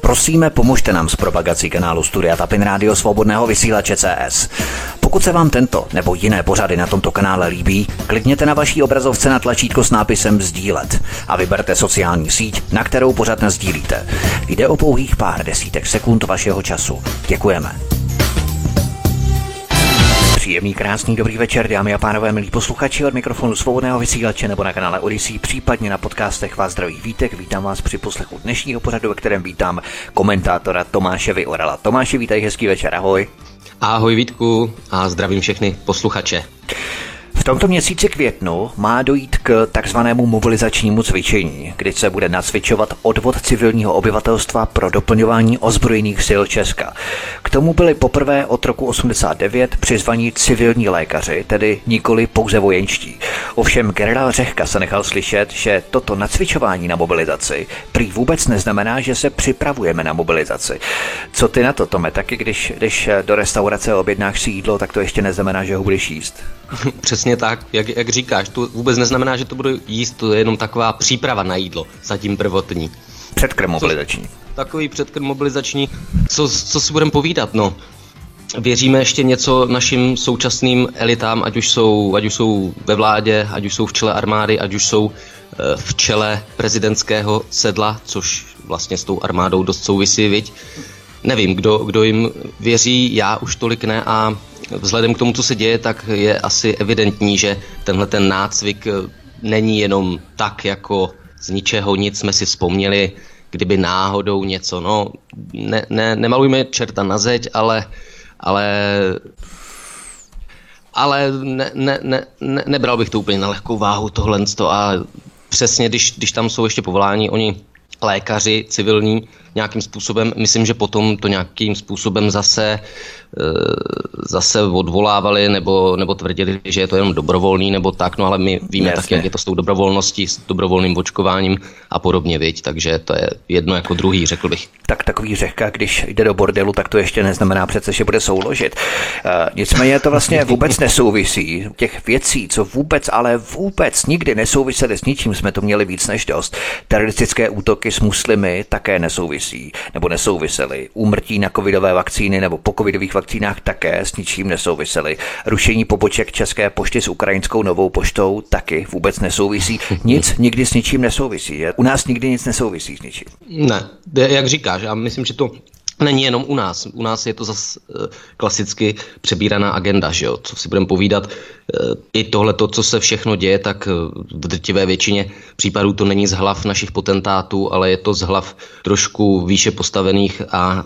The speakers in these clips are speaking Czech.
Prosíme, pomožte nám s propagací kanálu Studia Tapin Rádio Svobodného vysílače CS. Pokud se vám tento nebo jiné pořady na tomto kanále líbí, klikněte na vaší obrazovce na tlačítko s nápisem sdílet a vyberte sociální síť, na kterou pořad nasdílíte. Jde o pouhých pár desítek sekund vašeho času. Děkujeme. Příjemný, krásný, dobrý večer, dámy a pánové, milí posluchači, od mikrofonu Svobodného vysílače nebo na kanále Odyssey, případně na podcastech vás zdraví Vítek. Vítám vás při poslechu dnešního pořadu, ve kterém vítám komentátora Tomáše Vyorala. Tomáši, vítej, hezký večer, ahoj. Ahoj Vítku a zdravím všechny posluchače. V tomto měsíci květnu má dojít k takzvanému mobilizačnímu cvičení, kdy se bude nacvičovat odvod civilního obyvatelstva pro doplňování ozbrojených sil Česka. K tomu byli poprvé od roku 89 přizvaní civilní lékaři, tedy nikoli pouze vojenští. Ovšem generál Řehka se nechal slyšet, že toto nacvičování na mobilizaci prý vůbec neznamená, že se připravujeme na mobilizaci. Co ty na to, Tome? Taky když jdeš do restaurace a objednáš si jídlo, tak to ještě neznamená, že ho budeš jíst. Přesně tak, jak říkáš, to vůbec neznamená, že to budu jíst, to je jenom taková příprava na jídlo, zatím prvotní. Předkrm mobilizační. Takový předkrm mobilizační, co si budeme povídat, no. Věříme ještě něco našim současným elitám, ať už jsou ve vládě, ať už jsou v čele armády, ať už jsou v čele prezidentského sedla, což vlastně s tou armádou dost souvisí, viď? Nevím, kdo jim věří, já už tolik ne a vzhledem k tomu, co se děje, tak je asi evidentní, že tenhle ten nácvik není jenom tak, jako z ničeho nic jsme si vzpomněli, kdyby náhodou něco, no, nemalujme čerta na zeď, ale nebral bych to úplně na lehkou váhu tohle a přesně, když tam jsou ještě povoláni oni lékaři civilní nějakým způsobem, myslím, že potom to nějakým způsobem zase odvolávali nebo tvrdili, že je to jenom dobrovolný nebo tak, no ale my víme taky, jak je to s tou dobrovolností, s dobrovolným očkováním a podobně, viď, takže to je jedno jako druhý, řekl bych. Tak takový Řehka, když jde do bordelu, tak to ještě neznamená přece, že bude souložit. Nicméně to vlastně vůbec nesouvisí. Těch věcí, co vůbec nikdy nesouvisely s ničím, jsme to měli víc než dost. Teroristické útoky s muslimy také nesouvisely. Úmrtí na covidové vakcíny nebo po covidových vakcínách také s ničím nesouvisely. Rušení poboček České pošty s ukrajinskou Novou poštou taky vůbec nesouvisí. Nic nikdy s ničím nesouvisí. Že? U nás nikdy nic nesouvisí s ničím. Ne, jak říkáš, já myslím, že to není jenom u nás. U nás je to zase klasicky přebíraná agenda, že jo? Co si budeme povídat. I tohleto, co se všechno děje, tak v drtivé většině případů to není z hlav našich potentátů, ale je to z hlav trošku výše postavených a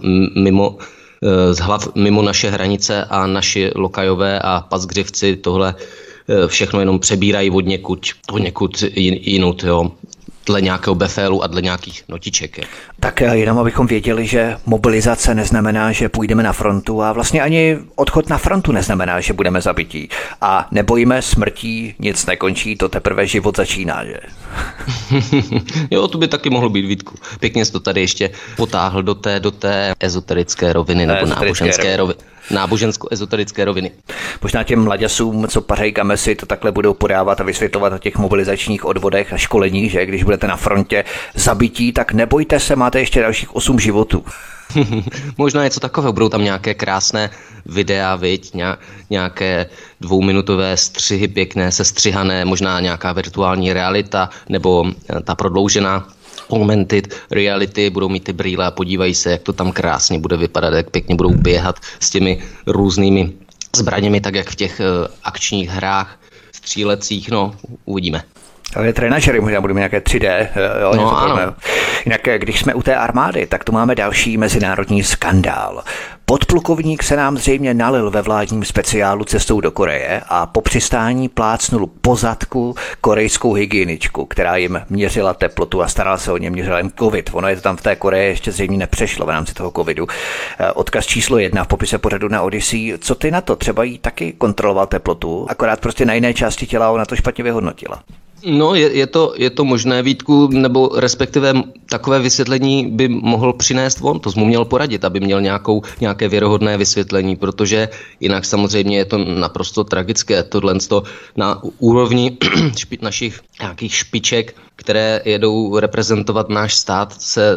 z hlav mimo naše hranice a naši lokajové a pasgřivci tohle všechno jenom přebírají od někud jinut, jo. Dle nějakého befélu a dle nějakých notiček. Tak jenom abychom věděli, že mobilizace neznamená, že půjdeme na frontu a vlastně ani odchod na frontu neznamená, že budeme zabití. A nebojíme smrtí, nic nekončí, to teprve život začíná, že? Jo, to by taky mohlo být, Vítku. Pěkně jsi to tady ještě potáhl do té ezoterické roviny nebo náboženské roviny. Nábožensko-ezoterické roviny. Možná těm mladěsům, co pařejí kamesy, to takhle budou podávat a vysvětlovat o těch mobilizačních odvodech a školeních, že když budete na frontě zabití, tak nebojte se, máte ještě dalších 8 životů. Možná něco takového, budou tam nějaké krásné videa, viď, nějaké 2minutové střihy pěkné, sestřihané, možná nějaká virtuální realita nebo ta prodloužená augmented reality, budou mít ty brýle a podívají se, jak to tam krásně bude vypadat, jak pěkně budou běhat s těmi různými zbraněmi, tak jak v těch akčních hrách, střílecích, no, uvidíme. Ale trenažery možná budou nějaké 3D. Jo, no ano. Jinak, když jsme u té armády, tak tu máme další mezinárodní skandál. Podplukovník se nám zřejmě nalil ve vládním speciálu cestou do Koreje a po přistání plácnul po zadku korejskou hygieničku, která jim měřila teplotu a starala se o ně, měřila jim covid. Ono je to tam v té Koreji ještě zřejmě nepřešlo v rámci toho covidu. Odkaz číslo 1 v popise pořadu na Odyssey. Co ty na to? Třeba jí taky kontroloval teplotu, akorát prostě na jiné části těla ona to špatně vyhodnotila. No, je to možné, Vítku, nebo respektive takové vysvětlení by mohl přinést on, to jsi mu měl poradit, aby měl nějaké věrohodné vysvětlení, protože jinak samozřejmě je to naprosto tragické, tohle na úrovni našich nějakých špiček, které jedou reprezentovat náš stát, se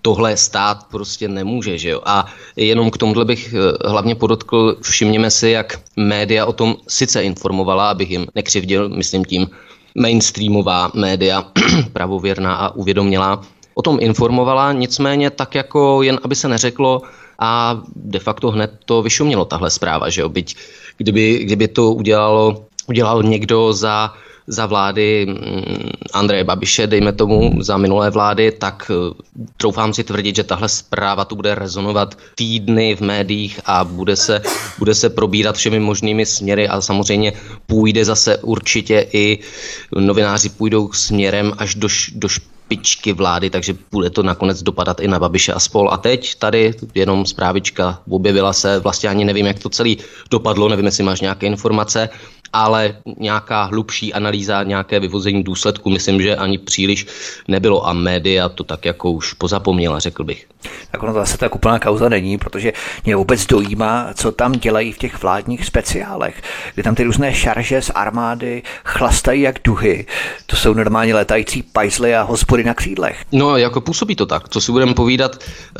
tohle stát prostě nemůže, že jo. A jenom k tomuhle bych hlavně podotkl, všimněme si, jak média o tom sice informovala, abych jim nekřivdil, myslím tím mainstreamová média, pravověrná a uvědomělá, o tom informovala, nicméně tak jako jen aby se neřeklo a de facto hned to vyšumělo tahle zpráva, že jo. Byť kdyby to udělal někdo za vlády Andreje Babiše, dejme tomu, za minulé vlády, tak troufám si tvrdit, že tahle zpráva tu bude rezonovat týdny v médiích a bude se probírat všemi možnými směry a samozřejmě půjde zase určitě i novináři půjdou směrem až do špičky vlády, takže bude to nakonec dopadat i na Babiše a spol. A teď tady jenom zprávička objevila se, vlastně ani nevím, jak to celý dopadlo, nevím, jestli máš nějaké informace, ale nějaká hlubší analýza, nějaké vyvození důsledku, myslím, že ani příliš nebylo a média to tak jako už pozapomněla, řekl bych. Tak ono to zase tak úplná kauza není, protože mě vůbec dojímá, co tam dělají v těch vládních speciálech, kdy tam ty různé šarže z armády chlastají jak duhy. To jsou normálně letající pajzly a hospody na křídlech. No, jako působí to tak. Co si budeme povídat,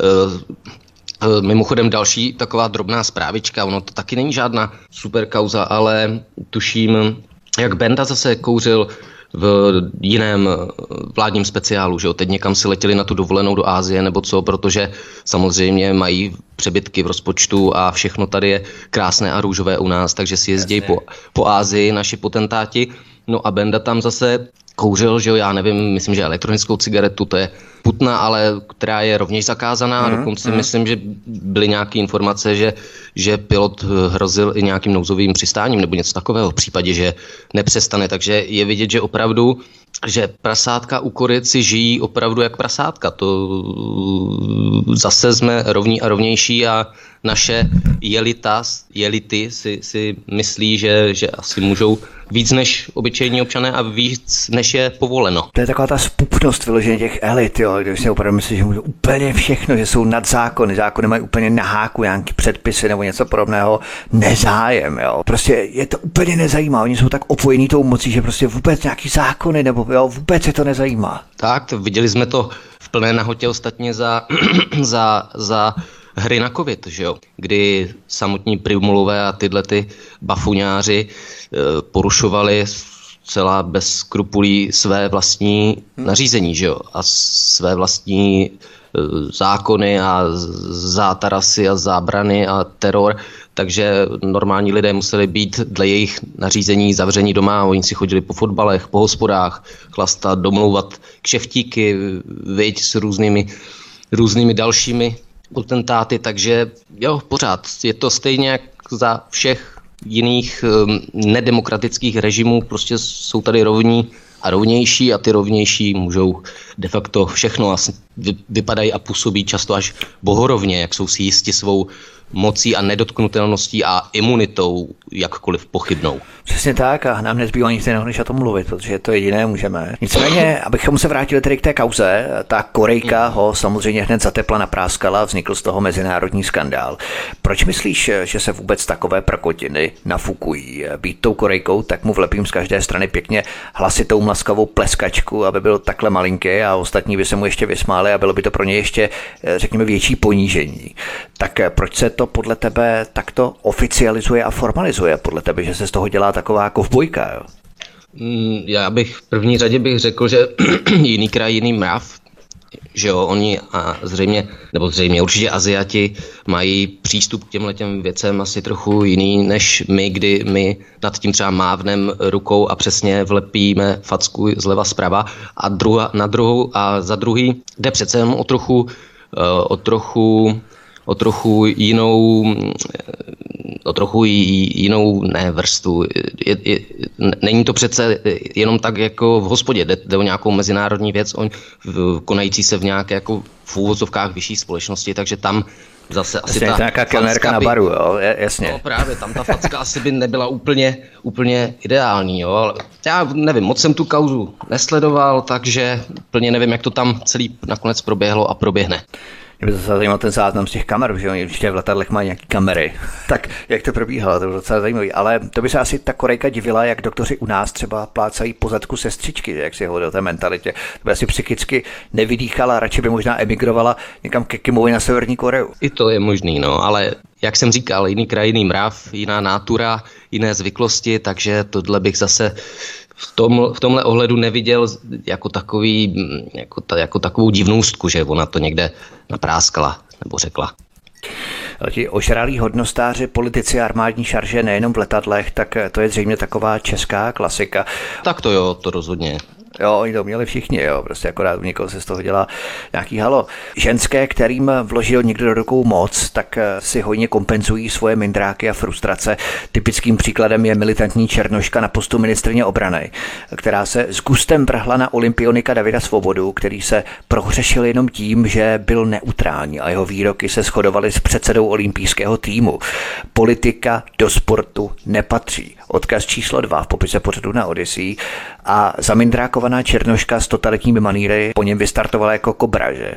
mimochodem další taková drobná zprávička, ono to taky není žádná super kauza, ale tuším, jak Benda zase kouřil v jiném vládním speciálu, že jo, teď někam si letěli na tu dovolenou do Asie nebo co, protože samozřejmě mají přebytky v rozpočtu a všechno tady je krásné a růžové u nás, takže si jezdí po Asii naši potentáti, no a Benda tam zase kouřil, že jo, já nevím, myslím, že elektronickou cigaretu, to je putna, ale která je rovněž zakázaná a dokonce myslím, že byly nějaké informace, že pilot hrozil i nějakým nouzovým přistáním nebo něco takového v případě, že nepřestane, takže je vidět, že opravdu, že prasátka u koryt si žijí opravdu jak prasátka, to zase jsme rovní a rovnější a naše jelity si myslí, že asi můžou víc než obyčejní občané a víc než je povoleno. To je taková ta spupnost vyloženě těch elit, jo, kde si opravdu myslí, že můžou úplně všechno, že jsou nad zákony, zákony mají úplně na háku nějaký předpisy nebo něco podobného, nezájem, jo. Prostě je to úplně nezajímá, oni jsou tak opojení tou mocí, že prostě vůbec nějaký zákony nebo jo, vůbec je to nezajímá. Tak, viděli jsme to v plné nahotě ostatně za hry na covid, že jo, kdy samotní primulové a tyhle ty bafuňáři porušovali celá bez skrupulí své vlastní nařízení, že jo, a své vlastní zákony a zátarasy a zábrany a teror, takže normální lidé museli být dle jejich nařízení zavření doma, oni si chodili po fotbalech, po hospodách, chlastat, domlouvat kšeftíky, viď, s různými dalšími potentáty, takže jo, pořád je to stejně jak za všech jiných nedemokratických režimů, prostě jsou tady rovní a rovnější a ty rovnější můžou de facto všechno a vypadají a působí často až bohorovně, jak jsou si jisti svou mocí a nedotknutelností a imunitou jakkoliv pochybnou. Přesně tak a nám nezbývá nic jiného, než o tom mluvit, protože to jediné můžeme. Nicméně, abychom se vrátili tedy k té kauze, ta Korejka ho samozřejmě hned zatepla napráskala, vznikl z toho mezinárodní skandál. Proč myslíš, že se vůbec takové prkotiny nafukují? Být tou Korejkou, tak mu vlepím z každé strany pěkně hlasitou mlaskavou pleskačku, aby byl takhle malinký a ostatní by se mu ještě vysmáli a bylo by to pro ně ještě, řekněme, větší ponížení. Tak proč se to podle tebe takto oficializuje a formalizuje podle tebe, že se z toho dělá taková kovbojka, jo? Já bych v první řadě řekl, že jiný kraj, jiný mrav, že jo, oni a zřejmě určitě Aziati mají přístup k těmhletěm věcem asi trochu jiný než my, kdy my nad tím třeba mávnem rukou a přesně vlepíme facku zleva zprava a za druhý jde přece jen o trochu jinou vrstvu. Není to přece jenom tak jako v hospodě, jde o nějakou mezinárodní věc, konající se v nějaké jako v úvozovkách vyšší společnosti, takže tam zase asi ta nějaká kelnerka na baru, jo, jasně. No právě, tam ta facka asi by nebyla úplně ideální, jo, ale já nevím, moc jsem tu kauzu nesledoval, takže úplně nevím, jak to tam celý nakonec proběhlo a proběhne. Mě by to zajímal ten záznam z těch kamer, že oni určitě v letadlech mají nějaké kamery. Tak jak to probíhalo, to bylo docela zajímavé. Ale to by se asi ta Korejka divila, jak doktoři u nás třeba plácají po zadku sestřičky, jak si hovoří o té mentalitě. To by asi psychicky nevydýchala, radši by možná emigrovala někam ke Kimovi na Severní Koreu. I to je možný, no, ale jak jsem říkal, jiný kraj, jiný mrav, jiná nátura, jiné zvyklosti, takže tohle bych zase v tomhle ohledu neviděl jako takovou divnůstku, že ona to někde napráskala nebo řekla. Ti ožralí hodnostáři, politici a armádní šarže nejenom v letadlech, tak to je zřejmě taková česká klasika. Tak to jo, to rozhodně. Jo, oni to měli všichni, jo, prostě akorát u někoho se z toho dělá nějaký halo. Ženské, kterým vložil někdo do rukou moc, tak si hojně kompenzují svoje mindráky a frustrace. Typickým příkladem je militantní Černoška na postu ministryně obrany, která se s gustem vrhla na olympionika Davida Svobodu, který se prohřešil jenom tím, že byl neutrální a jeho výroky se shodovaly s předsedou olympijského týmu. Politika do sportu nepatří. Odkaz číslo 2 v popise pořadu na Odyssey. A zamindrákovaná Černoška s totalitními maníry po něm vystartovala jako kobra, že?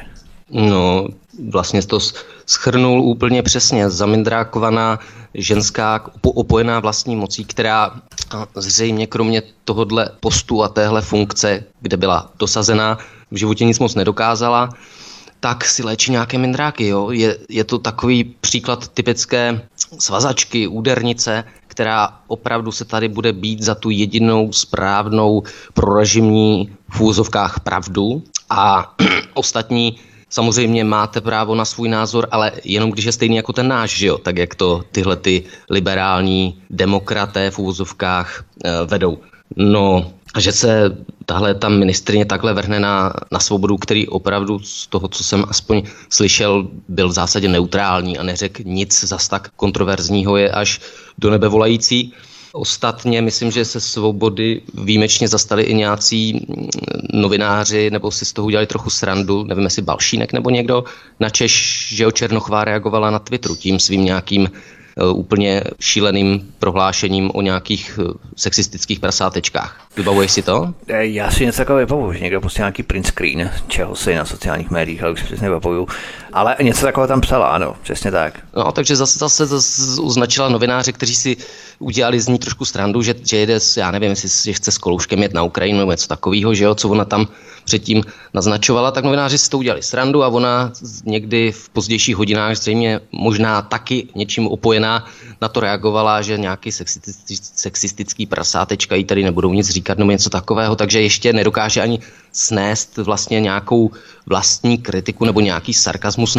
No, vlastně to shrnul úplně přesně. Zamindrákovaná ženská opojená vlastní mocí, která zřejmě kromě tohodle postu a téhle funkce, kde byla dosazená, v životě nic moc nedokázala, tak si léčí nějaké mindráky. Jo? Je to takový příklad typické svazačky, údernice, která opravdu se tady bude bít za tu jedinou správnou prorežimní v úvozovkách pravdu a ostatní samozřejmě máte právo na svůj názor, ale jenom když je stejný jako ten náš, že jo? Tak jak to tyhle ty liberální demokraté v úvozovkách vedou. No, a že se tahle ta ministryně takhle vrhne na Svobodu, který opravdu z toho, co jsem aspoň slyšel, byl v zásadě neutrální a neřekl nic zas tak kontroverzního, je až do nebe volající. Ostatně myslím, že se Svobody výjimečně zastali i nějací novináři, nebo si z toho udělali trochu srandu, nevím jestli Balšínek nebo někdo, načež, že Černochová reagovala na Twitteru tím svým nějakým úplně šíleným prohlášením o nějakých sexistických prasátečkách. Vybavuješ si to? Já si něco takového vybavuju, že někdo prostě nějaký print screen, čeho si na sociálních médiích, ale už si přesně vybavuju. Ale něco takového tam psala, ano, přesně tak. No, takže zase označila novináře, kteří si udělali z ní trošku srandu, že jede, já nevím, jestli chce s Kolouškem jet na Ukrajinu nebo něco takového, že jo, co ona tam předtím naznačovala, tak novináři si to udělali srandu a ona někdy v pozdějších hodinách zřejmě možná taky něčím opojená na to reagovala, že nějaký sexistický prasátečka jí tady nebudou nic říkat nebo něco takového, takže ještě nedokáže ani snést vlastně nějakou vlastní kritiku nebo nějaký sarkazmus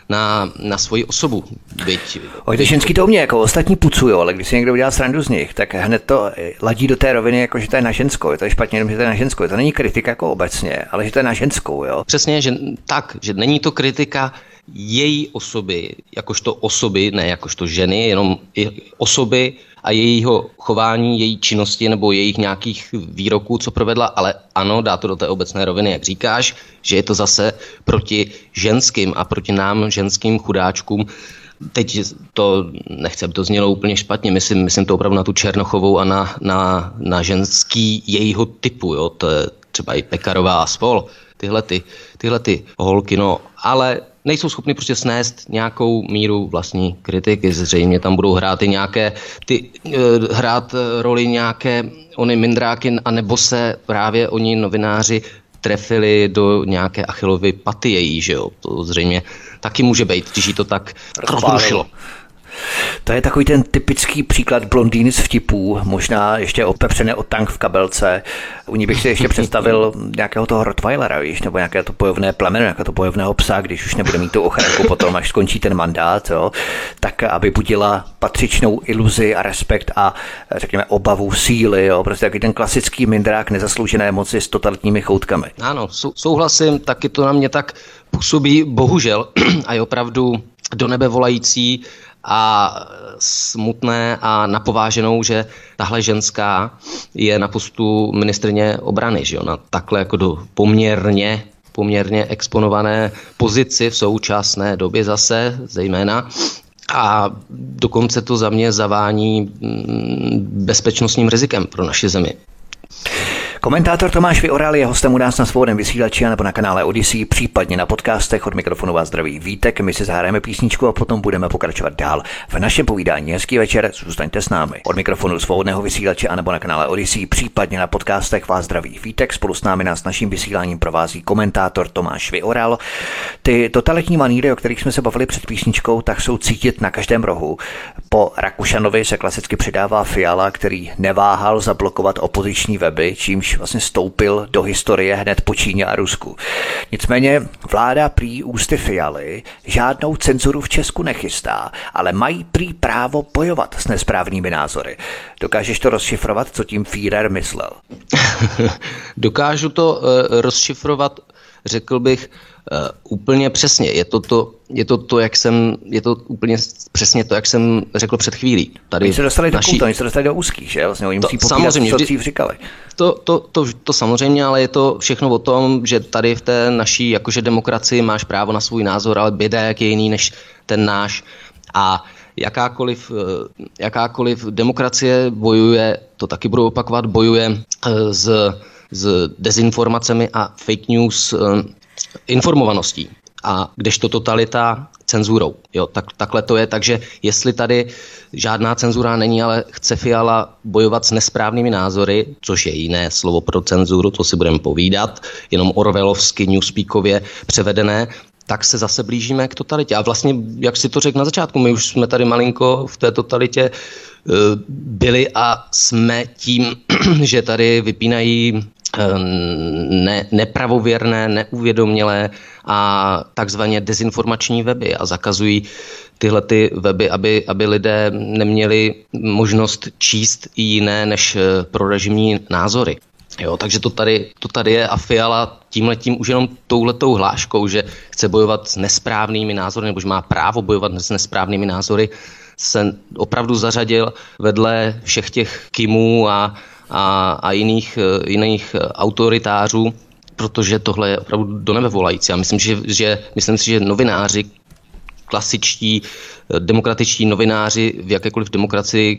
na svoji osobu. Ty ženský to umě, jako ostatní pucujou, ale když si někdo udělá srandu z nich, tak hned to ladí do té roviny, jako že to je na ženskou. Je to špatně, jenom že to je na ženskou. To není kritika jako obecně, ale že to je na ženskou, jo. Přesně, že není to kritika její osoby, ne jakožto ženy, jenom osoby a jejího chování, její činnosti nebo jejich nějakých výroků, co provedla, ale ano, dá to do té obecné roviny, jak říkáš, že je to zase proti ženským a proti nám ženským chudáčkům. Teď to nechci, aby to znělo úplně špatně, myslím to opravdu na tu Černochovou a na ženský jejího typu, jo, to je třeba i Pekarová a spol, tyhle ty holky, no, ale nejsou schopni prostě snést nějakou míru vlastní kritiky. Zřejmě tam budou hrát i hrát roli nějaké ony mindráky, anebo se právě oni novináři trefili do nějaké Achillovy paty její, že jo. To zřejmě taky může být, když jí to tak rozrušilo. To je takový ten typický příklad blondýny z vtipů, možná ještě opepřené o tank v kabelce. U ní bych si ještě představil nějakého toho Rottweilera, víš, nebo nějaké to bojovné plemeno, nějakého to bojovného psa, když už nebude mít tu ochranku potom, až skončí ten mandát, jo, tak aby budila patřičnou iluzi a respekt a řekněme obavu síly, jo, prostě takový ten klasický mindrák nezasloužené moci s totalitními choutkami. Ano, souhlasím, taky to na mě tak působí, bohužel, a je opravdu do nebe volající a smutné a napováženou, že tahle ženská je na postu ministryně obrany, že jo, na takhle jako do poměrně exponované pozici v současné době zase zejména. A dokonce to za mě zavání bezpečnostním rizikem pro naši zemi. Komentátor Tomáš Vyoral je hostem u nás na Svobodném vysílači nebo na kanále Odyssey, případně na podcastech. Od mikrofonu vás zdraví Vítek, my si zahrajeme písničku a potom budeme pokračovat dál v našem povídání. Hezký večer, zůstaňte s námi. Od mikrofonu Svobodného vysílače nebo na kanále Odyssey, případně na podcastech vás zdraví Vítek. Spolu s námi nás naším vysíláním provází komentátor Tomáš Vyoral. Ty totalitní maníry, o kterých jsme se bavili před písničkou, tak jsou cítit na každém rohu. Po Rakušanovi se klasicky přidává Fiala, který neváhal zablokovat opoziční weby, čímž vlastně stoupil do historie hned po Číně a Rusku. Nicméně vláda prý ústy Fialy žádnou cenzuru v Česku nechystá, ale mají prý právo bojovat s nesprávnými názory. Dokážeš to rozšifrovat, co tím Führer myslel? Dokážu to rozšifrovat, řekl bych, úplně přesně. Je to úplně přesně to, jak jsem řekl před chvílí. Tady oni se dostali do kouta, oni se dostali do úzkých, že? Vlastně oni musí popírat, co dřív říkali. To samozřejmě, ale je to všechno o tom, že tady v té naší jakože demokracii máš právo na svůj názor, ale běda jak je jiný než ten náš. A jakákoliv demokracie bojuje, to taky budu opakovat, bojuje s dezinformacemi a fake news informovaností. A kdežto totalita cenzurou. Jo, takhle to je, takže jestli tady žádná cenzura není, ale chce Fiala bojovat s nesprávnými názory, což je jiné slovo pro cenzuru, to si budeme povídat, jenom orwellovsky, newspeakově převedené, tak se zase blížíme k totalitě. A vlastně, jak si to řekl na začátku, my už jsme tady malinko v té totalitě byli a jsme tím, že tady vypínají nepravověrné, neuvědomělé a takzvaně dezinformační weby a zakazují tyhle ty weby, aby lidé neměli možnost číst i jiné než prorežimní názory. Jo, takže to tady je a Fiala tímhletím už jenom touhletou hláškou, že chce bojovat s nesprávnými názory, nebo že má právo bojovat s nesprávnými názory, se opravdu zařadil vedle všech těch Kimů a jiných autoritářů, protože tohle je opravdu do nebe volající. A myslím si, že novináři, klasičtí demokratičtí novináři v jakékoliv demokracii,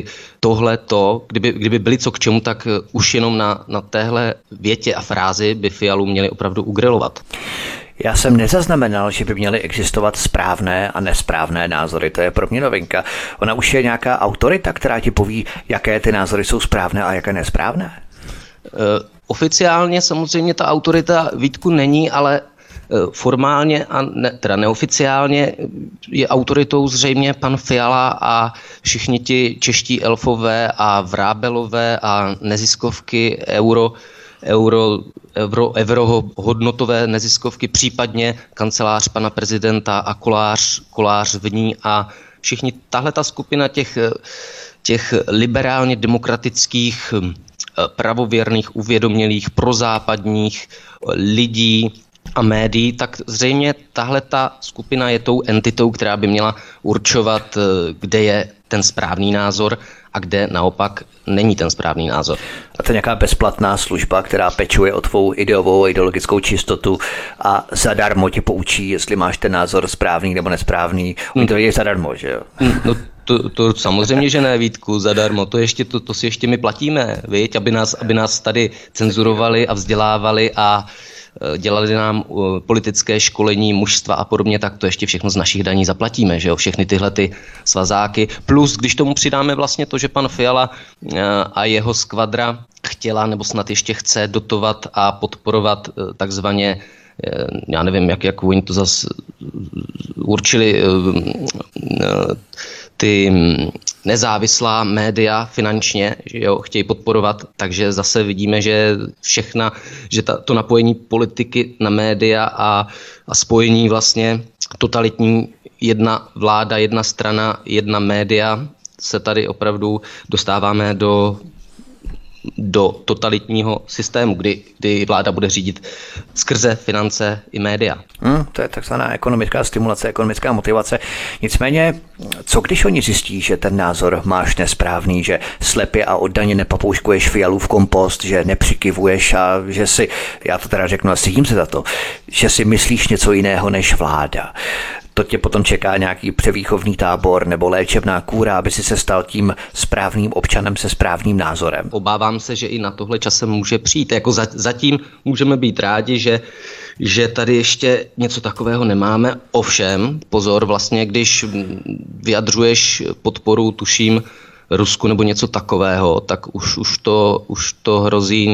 kdyby byli co k čemu, tak už jenom na téhle větě a frázi by Fialu měli opravdu ugrilovat. Já jsem nezaznamenal, že by měly existovat správné a nesprávné názory. To je pro mě novinka. Ona už je nějaká autorita, která ti poví, jaké ty názory jsou správné a jaké nesprávné? Oficiálně samozřejmě ta autorita, Vítku, není, ale formálně a teda neoficiálně je autoritou zřejmě pan Fiala a všichni ti čeští elfové a vrábelové a neziskovky eurohodnotové neziskovky, případně kancelář pana prezidenta a kolář v ní a všichni tahleta skupina těch liberálně demokratických, pravověrných, uvědomělých, prozápadních lidí a médií, tak zřejmě tahleta skupina je tou entitou, která by měla určovat, kde je ten správný názor a kde naopak není ten správný názor. A to je nějaká bezplatná služba, která pečuje o tvou ideovou a ideologickou čistotu a zadarmo tě poučí, jestli máš ten názor správný nebo nesprávný. Oni to je zadarmo, že jo? No to samozřejmě, že ne, Vítku, zadarmo. To si ještě my platíme, viď? Aby nás tady cenzurovali a vzdělávali a dělali nám politické školení mužstva a podobně, tak to ještě všechno z našich daní zaplatíme, že jo, všechny tyhle ty svazáky. Plus, když tomu přidáme vlastně to, že pan Fiala a jeho skvadra chtěla nebo snad ještě chce dotovat a podporovat takzvaně, já nevím, jak oni to zase určili, ty nezávislá média finančně, že jo, chtějí podporovat, takže zase vidíme, že to napojení politiky na média a spojení vlastně totalitní jedna vláda, jedna strana, jedna média, se tady opravdu dostáváme do totalitního systému, kdy vláda bude řídit skrze finance i média. To je takzvaná ekonomická stimulace, ekonomická motivace. Nicméně, co když oni zjistí, že ten názor máš nesprávný, že slepě a oddaně nepapouškuješ Fialův kompost, že nepřikyvuješ a že si, já to teda řeknu a stydím se za to, že si myslíš něco jiného než vláda. to tě potom čeká nějaký převýchovný tábor nebo léčebná kúra, aby si se stal tím správným občanem se správným názorem. Obávám se, že i na tohle časem může přijít. Jako zatím můžeme být rádi, že tady ještě něco takového nemáme. Ovšem, pozor, vlastně, když vyjadřuješ podporu, tuším, Rusku nebo něco takového, tak už to hrozí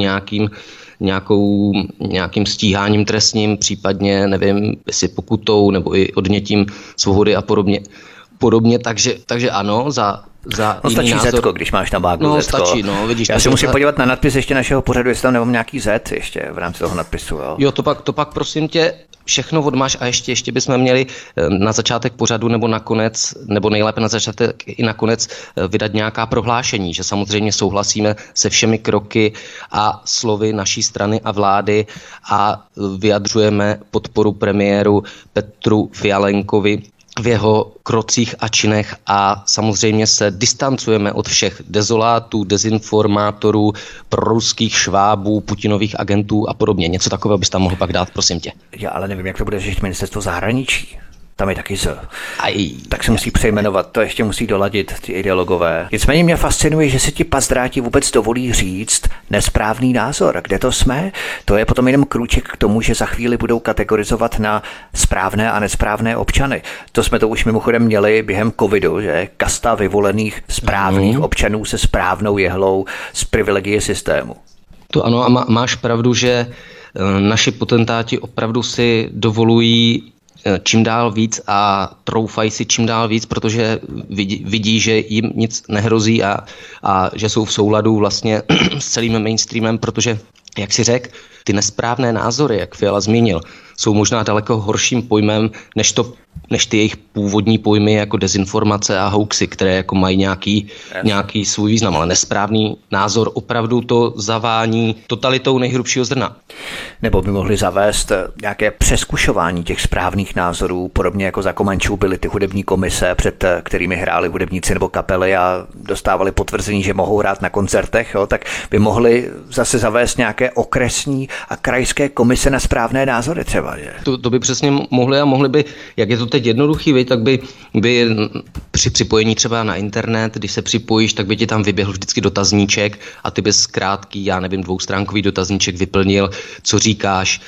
nějakým stíháním trestním, případně, nevím, jestli pokutou nebo i odnětím svobody a podobně, takže ano, za stačí názor. Zetko, když máš na bágu Zetko. Stačí, vidíš. Já si musím podívat na nadpis ještě našeho pořadu, jestli tam nemám nějaký Z ještě v rámci toho nadpisu. Jo, to pak prosím tě všechno odmáš a ještě bychom měli na začátek pořadu nebo nakonec, nebo nejlépe na začátek i nakonec vydat nějaká prohlášení, že samozřejmě souhlasíme se všemi kroky a slovy naší strany a vlády a vyjadřujeme podporu premiéru Petru Fialenkovi v jeho krocích a činech a samozřejmě se distancujeme od všech dezolátů, dezinformátorů, proruských švábů, Putinových agentů a podobně. Něco takového bys tam mohl pak dát, prosím tě. Já ale nevím, jak to bude řešit ministerstvo zahraničí. Tam je taky Z. Tak se musí přejmenovat, to ještě musí doladit ty ideologové. Nicméně mě fascinuje, že si ti pazdráti vůbec dovolí říct nesprávný názor. Kde to jsme? To je potom jenom krůček k tomu, že za chvíli budou kategorizovat na správné a nesprávné občany. To jsme to už mimochodem měli během covidu, že kasta vyvolených správných občanů se správnou jehlou z privilegie systému. To ano a máš pravdu, že naši potentáti opravdu si dovolují čím dál víc a troufají si čím dál víc, protože vidí, že jim nic nehrozí a že jsou v souladu vlastně s celým mainstreamem, protože, jak si řekl, ty nesprávné názory, jak Fiala zmínil, jsou možná daleko horším pojmem, než ty jejich původní pojmy jako dezinformace a hoaxy, které jako mají nějaký svůj význam, ale nesprávný názor opravdu to zavání totalitou nejhrubšího zrna. Nebo by mohli zavést nějaké přeskušování těch správných názorů, podobně jako za Komančů byly ty hudební komise, před kterými hráli hudebníci nebo kapely a dostávali potvrzení, že mohou hrát na koncertech, tak by mohli zase zavést nějaké okresní a krajské komise na správné názory třeba. Že? To by přesně mohli by, jak je to teď jednoduchý, tak by při připojení třeba na internet, když se připojíš, tak by ti tam vyběhl vždycky dotazníček a ty bys krátký, dvoustránkový dotazníček vyplnil, co říkáš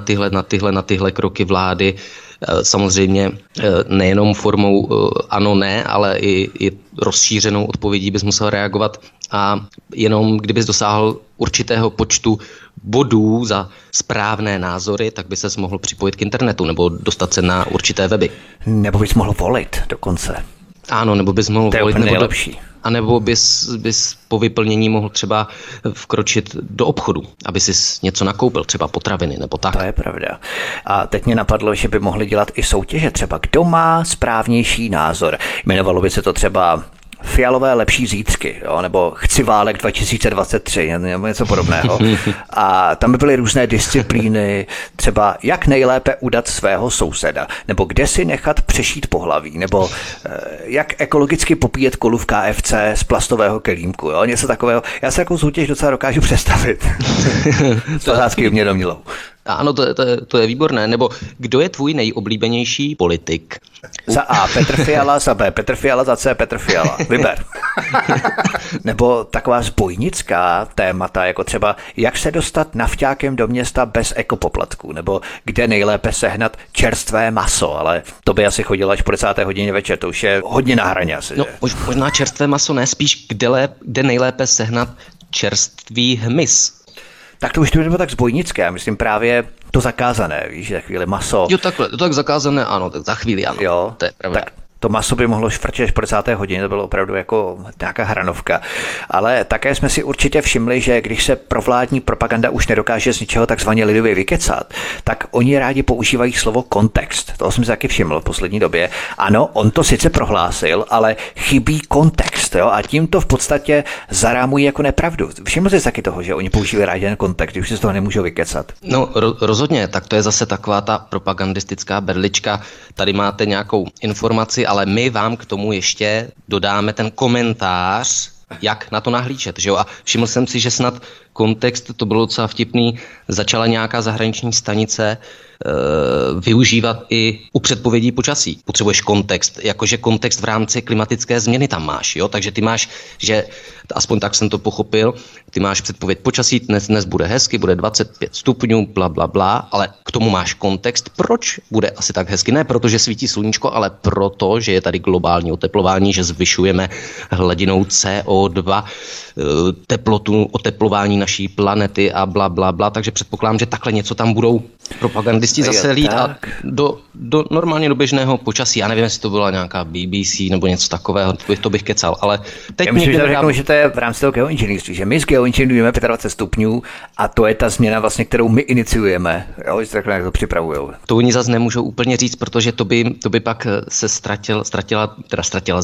na tyhle kroky vlády. Samozřejmě nejenom formou ano, ne, ale i rozšířenou odpovědí bys musel reagovat a jenom kdybys dosáhl určitého počtu bodů za správné názory, tak by ses mohl připojit k internetu nebo dostat se na určité weby. Nebo bys mohl volit dokonce. Ano, nebo bys mohl volit. Nejlepší. A nebo bys po vyplnění mohl třeba vkročit do obchodu, aby si něco nakoupil, třeba potraviny nebo tak. To je pravda. A teď mě napadlo, že by mohli dělat i soutěže třeba, kdo má správnější názor. Jmenovalo by se to třeba Fialové lepší zítřky, nebo Chci válek 2023, nebo něco podobného. A tam by byly různé disciplíny, třeba jak nejlépe udat svého souseda, nebo kde si nechat přešít pohlaví, nebo jak ekologicky popíjet kolu v KFC z plastového kelímku, něco takového. Já se jako soutěž docela dokážu představit. S otázky mě domnělou. Ano, to je výborné. Nebo kdo je tvůj nejoblíbenější politik? Za A Petr Fiala, za B Petr Fiala, za C Petr Fiala. Vyber. Nebo taková zbojnická témata, jako třeba jak se dostat nafťákem do města bez ekopoplatků, nebo kde nejlépe sehnat čerstvé maso, ale to by asi chodilo až po 10. hodině večer, to už je hodně na hraně asi. No, možná čerstvé maso, ne spíš kde nejlépe sehnat čerstvý hmyz. Tak to už to bylo tak zbojnické, já myslím právě to zakázané, víš, za chvíli maso. Jo, takhle, to tak zakázané, ano, tak za chvíli, ano. Jo, to je pravda. Tak to maso by mohlo švrčet až po 10. hodině, to bylo opravdu jako nějaká hranovka. Ale také jsme si určitě všimli, že když se provládní propaganda už nedokáže z ničeho takzvaně lidově vykecat, tak oni rádi používají slovo kontext. Toho jsem si taky všiml v poslední době. Ano, on to sice prohlásil, ale chybí kontext, a tím to v podstatě zarámují jako nepravdu. Všiml jsi taky toho, že oni používají rádi ten kontext, už si z toho nemůžou vykecat. No, rozhodně, tak to je zase taková ta propagandistická berlička. Tady máte nějakou informaci, ale my vám k tomu ještě dodáme ten komentář, jak na to nahlížet, že jo? A všiml jsem si, že snad kontext, to bylo docela vtipný, začala nějaká zahraniční stanice využívat i u předpovědí počasí. Potřebuješ kontext, jakože kontext v rámci klimatické změny tam máš, jo? Takže ty máš, že aspoň tak jsem to pochopil, ty máš předpověď počasí, dnes bude hezky, bude 25 stupňů, bla, bla, bla, ale k tomu máš kontext, proč bude asi tak hezky. Ne protože svítí sluníčko, ale proto, že je tady globální oteplování, že zvyšujeme hladinou CO2, teplotu, oteplování naší planety a bla, bla, bla. Takže předpokládám, že takhle něco tam budou propagandisti zase lít a normálně do běžného počasí. Já nevím, jestli to byla nějaká BBC nebo něco takového, to bych kecal, ale teď já myslím, že to je v rámci toho geoinženýrství, že my z geoinženýrujeme 25 stupňů a to je ta změna vlastně, kterou my iniciujeme. Jo, že takhle jak to připravujou. To oni zase nemůžou úplně říct, protože to by pak se ztratila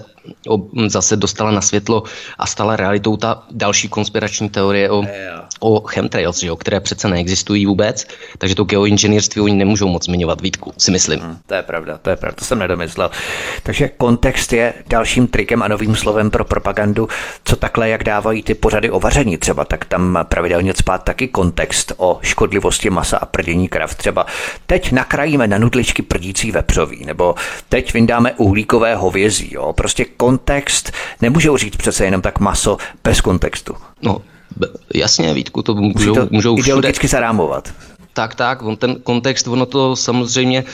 zase dostala na světlo a stala realitou ta další konspirační teorie o chemtrails, jo, které přece neexistují vůbec, takže to geoinženýrství oni nemůžou moc zmiňovat, Vítku, si myslím. To je pravda, to jsem nedomyslel. Takže kontext je dalším trikem a novým slovem pro propagandu, co takhle, jak dávají ty pořady o vaření třeba, tak tam pravidelně cpát taky kontext o škodlivosti masa a prdění krav. Třeba teď nakrájíme na nudličky prdící vepřový, nebo teď vyndáme uhlíkové hovězí, jo. Prostě kontext, nemůžou říct přece jenom tak maso bez kontextu. No, jasně, Vítku, to můžou ideologicky zarámovat. Tak, ten kontext, ono to samozřejmě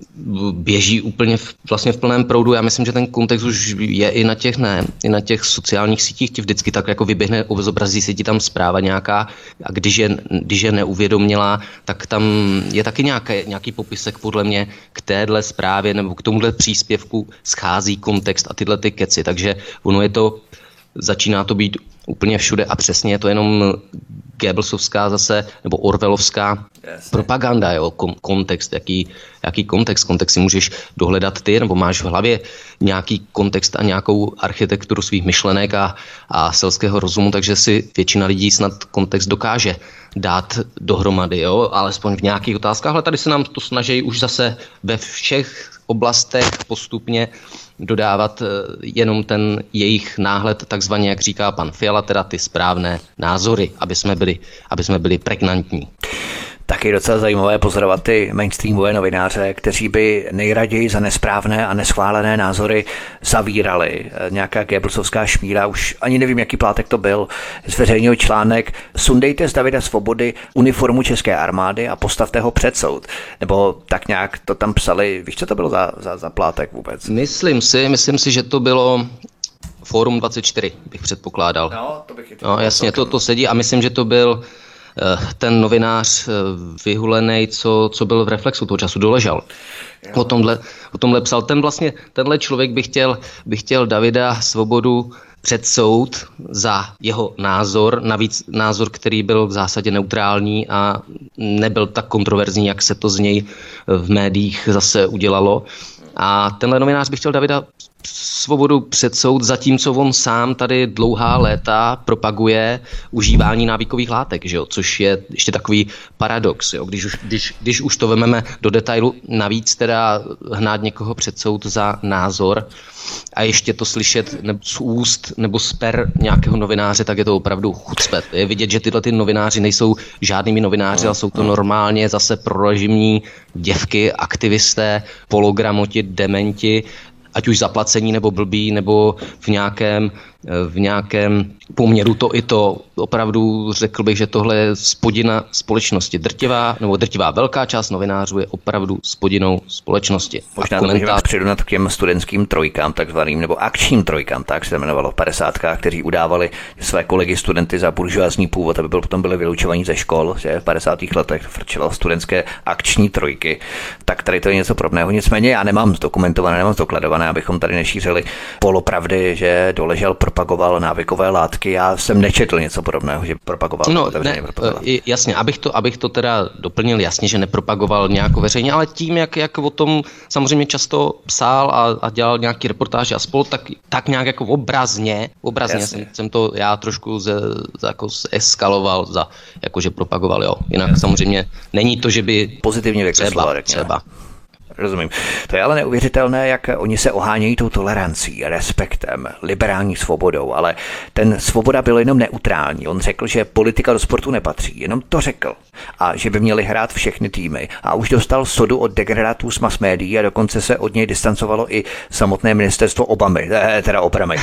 běží úplně vlastně v plném proudu. Já myslím, že ten kontext už je i na těch sociálních sítích, ti vždycky tak jako vyběhne, zobrazí se ti tam zpráva nějaká a když je neuvědomělá, tak tam je taky nějaký popisek podle mě k téhle zprávě nebo k tomuhle příspěvku schází kontext a tyhle ty keci, takže ono začíná to být úplně všude a přesně je to jenom Goebbelsovská zase, nebo Orwellovská propaganda, jo, kontext, jaký kontext si můžeš dohledat ty, nebo máš v hlavě nějaký kontext a nějakou architekturu svých myšlenek a selského rozumu, takže si většina lidí snad kontext dokáže dát dohromady, jo, alespoň v nějakých otázkách, ale tady se nám to snaží už zase ve všech oblastech postupně dodávat jenom ten jejich náhled, takzvaně, jak říká pan Fiala, teda ty správné názory, aby jsme byli pregnantní. Taky docela zajímavé pozorovat ty mainstreamové novináře, kteří by nejraději za nesprávné a neschválené názory zavírali. Nějaká Goebbelsovská šmíra, už ani nevím, jaký plátek to byl, zveřejnil článek: sundejte z Davida Svobody uniformu České armády a postavte ho před soud. Nebo tak nějak to tam psali. Víš, co to bylo za plátek vůbec? Myslím si, že to bylo Fórum 24, bych předpokládal. No, to bych no, jasně, to sedí a myslím, že to byl ten novinář vyhulenej, co byl v Reflexu toho času, Doležal. O tomhle psal. Tenhle člověk by chtěl Davida Svobodu před soud za jeho názor, navíc názor, který byl v zásadě neutrální a nebyl tak kontroverzní, jak se to z něj v médiích zase udělalo. A tenhle novinář by chtěl Davida Svobodu před soud, zatímco on sám tady dlouhá léta propaguje užívání návykových látek, že jo? Což je ještě takový paradox. Jo? Když už to vememe do detailu, navíc teda hnát někoho před soud za názor a ještě to slyšet z úst nebo z per nějakého novináře, tak je to opravdu chucpet. Je vidět, že tyhle ty novináři nejsou žádnými novináři, ale jsou to normálně zase prorežimní děvky, aktivisté, pologramoti, dementi, ať už zaplacení nebo blbí, nebo v nějakém poměru to i to. Opravdu řekl bych, že tohle je spodina společnosti. Drtivá velká část novinářů je opravdu spodinou společnosti. Možná to můžeme přirovnat k těm studentským trojkám takzvaným, nebo akčním trojkám, tak se to jmenovalo v 50. kteří udávali své kolegy studenty za buržoázní původ, aby potom byli vylučovaní ze škol, že v 50. letech frčelo studentské akční trojky. Tak tady to je něco podobného. Nicméně já nemám zdokumentované, nemám zdokladované, abychom tady nešířili polopravdy, že Doležal propagoval návykové látky. Já jsem nečetl něco podobného, že propagoval. No, jasně, abych to teda doplnil, jasně, že nepropagoval nějak veřejně, ale tím, jak o tom samozřejmě často psal a dělal nějaký reportáže a spolu, tak nějak jako obrazně jsem to já trošku jako eskaloval jakože propagoval, jo. Jinak samozřejmě není to, že by pozitivně vykresloval, třeba. Rozumím. To je ale neuvěřitelné, jak oni se ohánějí tou tolerancí, respektem, liberální svobodou, ale ten Svoboda byl jenom neutrální. On řekl, že politika do sportu nepatří, jenom to řekl. A že by měli hrát všechny týmy. A už dostal sodu od degenerátů z mass médií a dokonce se od něj distancovalo i samotné ministerstvo Obamy, obrany.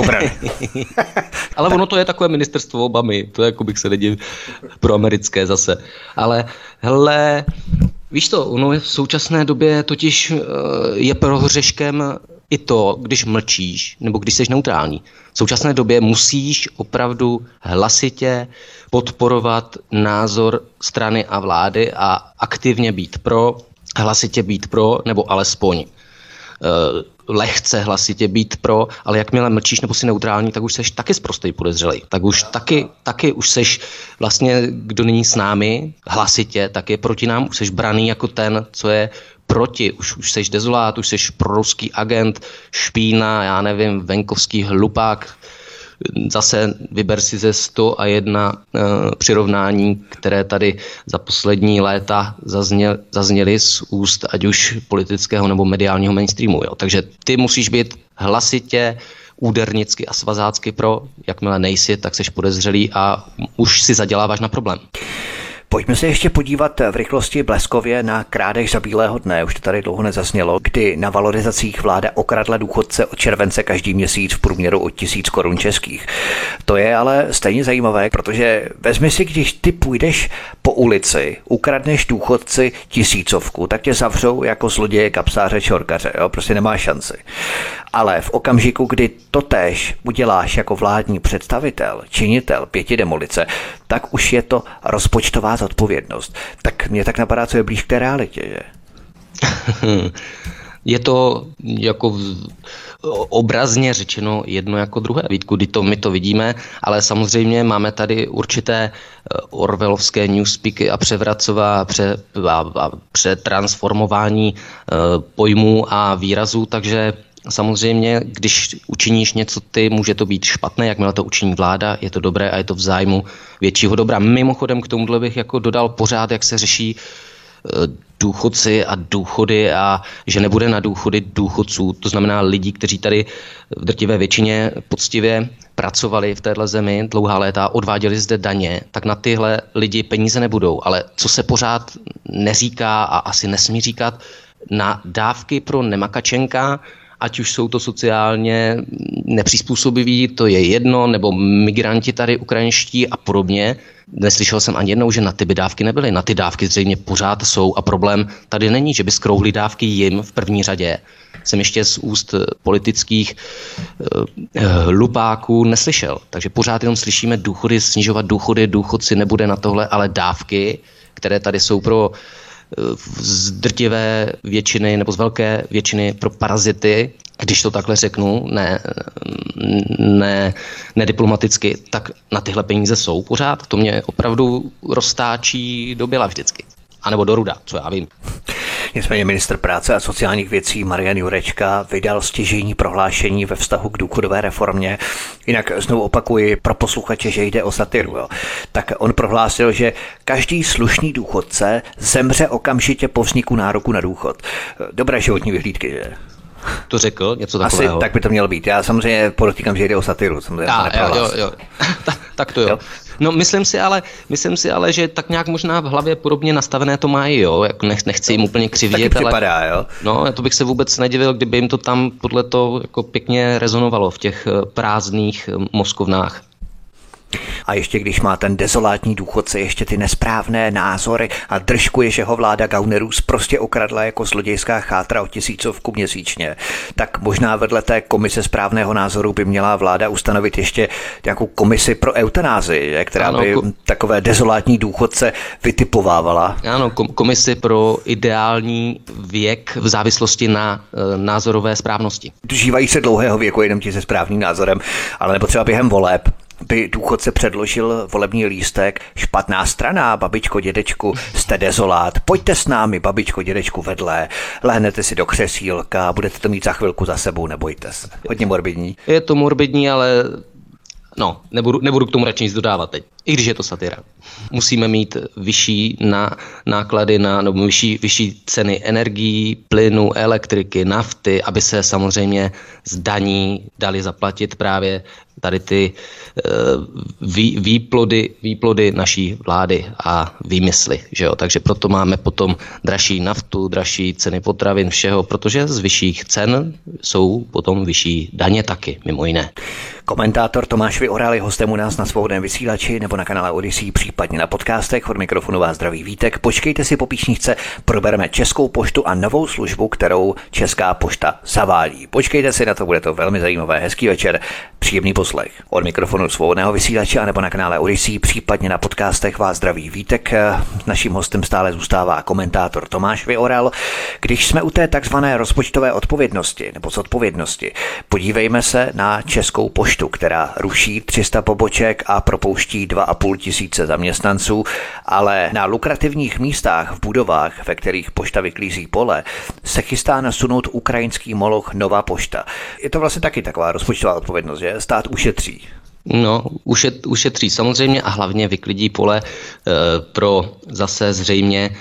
Ale ono to je takové ministerstvo Obamy, to jako bych se nedivil pro americké zase. Ale hele, víš to, ono v současné době totiž je prohřeškem i to, když mlčíš, nebo když jsi neutrální. V současné době musíš opravdu hlasitě podporovat názor strany a vlády a aktivně být pro, hlasitě být pro, nebo alespoň lehce hlasitě být pro, ale jakmile mlčíš nebo si neutrální, tak už seš taky sprostej podezřelej. Tak už taky už seš vlastně, kdo není s námi hlasitě, tak je proti nám, už seš braný jako ten, co je proti, už seš dezolát, už seš proruský agent, špína, já nevím, venkovský hlupák. Zase vyber si ze 101 přirovnání, které tady za poslední léta zazněly z úst ať už politického nebo mediálního mainstreamu. Jo. Takže ty musíš být hlasitě, údernicky a svazácky pro, jakmile nejsi, tak seš podezřelý a už si zaděláváš na problém. Pojďme se ještě podívat v rychlosti bleskově na krádež za bílého dne, už to tady dlouho nezasnělo, kdy na valorizacích vláda okradla důchodce od července každý měsíc v průměru o 1000 korun českých. To je ale stejně zajímavé, protože vezmi si, když ty půjdeš po ulici, ukradneš důchodci 1000, tak tě zavřou jako zloděje, kapsáře, čorkaře, jo? Prostě nemá šanci. Ale v okamžiku, kdy totéž uděláš jako vládní představitel, činitel 5 demolice, tak už je to rozpočtová zodpovědnost. Tak mě tak napadá, co je blíž k té realitě, že? Je to jako obrazně řečeno jedno jako druhé. Vítku, my to vidíme, ale samozřejmě máme tady určité orwellovské newspeaky a přetransformování pojmů a výrazů, takže samozřejmě, když učiníš něco ty, může to být špatné, jakmile to učiní vláda, je to dobré a je to v zájmu většího dobra. Mimochodem k tomuhle bych jako dodal pořád, jak se řeší důchodci a důchody a že nebude na důchody důchodců, to znamená lidí, kteří tady v drtivé většině poctivě pracovali v téhle zemi dlouhá léta, odváděli zde daně, tak na tyhle lidi peníze nebudou. Ale co se pořád neříká a asi nesmí říkat, na dávky pro nemakačenka, ať už jsou to sociálně nepřizpůsobiví, to je jedno, nebo migranti tady ukrajinští a podobně. Neslyšel jsem ani jednou, že na ty by dávky nebyly. Na ty dávky zřejmě pořád jsou a problém tady není, že by skrouhli dávky jim v první řadě. Jsem ještě z úst politických hlupáků neslyšel. Takže pořád jenom slyšíme důchody, snižovat důchody, důchodci nebude na tohle, ale dávky, které tady jsou pro z drtivé většiny nebo z velké většiny pro parazity, když to takhle řeknu, ne diplomaticky, tak na tyhle peníze jsou pořád. To mě opravdu roztáčí do běla vždycky. A nebo do ruda, co já vím. Nicméně ministr práce a sociálních věcí Marian Jurečka vydal stěžejní prohlášení ve vztahu k důchodové reformě. Jinak znovu opakuji pro posluchače, že jde o satiru. Jo. Tak on prohlásil, že každý slušný důchodce zemře okamžitě po vzniku nároku na důchod. Dobré životní vyhlídky, že? To řekl, něco takového. Asi tak by to mělo být. Já samozřejmě podotýkám, že jde o satiru. Jo. Tak to jo. No myslím si ale, že tak nějak možná v hlavě podobně nastavené to mají, jo. Jak nechci jim úplně křivdět, ale připadá, jo. No, to bych se vůbec nedivil, kdyby jim to tam podle toho jako pěkně rezonovalo v těch prázdných mozkovnách. A ještě když má ten dezolátní důchodce ještě ty nesprávné názory a držkuje, že ho vláda gaunerů prostě okradla jako zlodějská chátra o 1000 měsíčně, tak možná vedle té komise správného názoru by měla vláda ustanovit ještě nějakou komisi pro eutanázii, která by takové dezolátní důchodce vytipovávala. Ano, komisi pro ideální věk v závislosti na názorové správnosti. Dožívají se dlouhého věku jenom ti se správným názorem, ale nebo třeba během voleb by důchodce předložil volební lístek, špatná strana, babičko, dědečku, jste dezolát, pojďte s námi, babičko, dědečku, vedle, lehnete si do křesílka, budete to mít za chvilku za sebou, nebojte se. Hodně morbidní. Je to morbidní, ale no, nebudu k tomu radši nic dodávat teď. I když je to satira. Musíme mít vyšší náklady nebo vyšší ceny energií, plynu, elektriky, nafty, aby se samozřejmě z daní dali zaplatit právě tady ty výplody naší vlády a výmysly. Že jo? Takže proto máme potom dražší naftu, dražší ceny potravin, všeho, protože z vyšších cen jsou potom vyšší daně taky, mimo jiné. Komentátor Tomáš Vyoral je hostem u nás na Svobodném vysílači nebo na kanále Odyssey, případně na podcastech. Od mikrofonu vás zdraví Vítek. Počkejte si po písničce, probereme Českou poštu a novou službu, kterou Česká pošta zavádí. Počkejte si na to, bude to velmi zajímavé. Hezký večer, příjemný poslech. Od mikrofonu Svobodného vysílače nebo na kanále Odyssey, případně na podcastech vás zdraví Vítek. Naším hostem stále zůstává komentátor Tomáš Vyoral. Když jsme u té takzvané rozpočtové odpovědnosti nebo zodpovědnosti, podívejme se na Českou poštu, která ruší 300 poboček a propouští 2,5 tisíce zaměstnanců, ale na lukrativních místách v budovách, ve kterých pošta vyklízí pole, se chystá nasunout ukrajinský moloch Nová pošta. Je to vlastně taky taková rozpočtová odpovědnost, že? Stát ušetří. No, ušetří samozřejmě a hlavně vyklidí pole pro zase zřejmě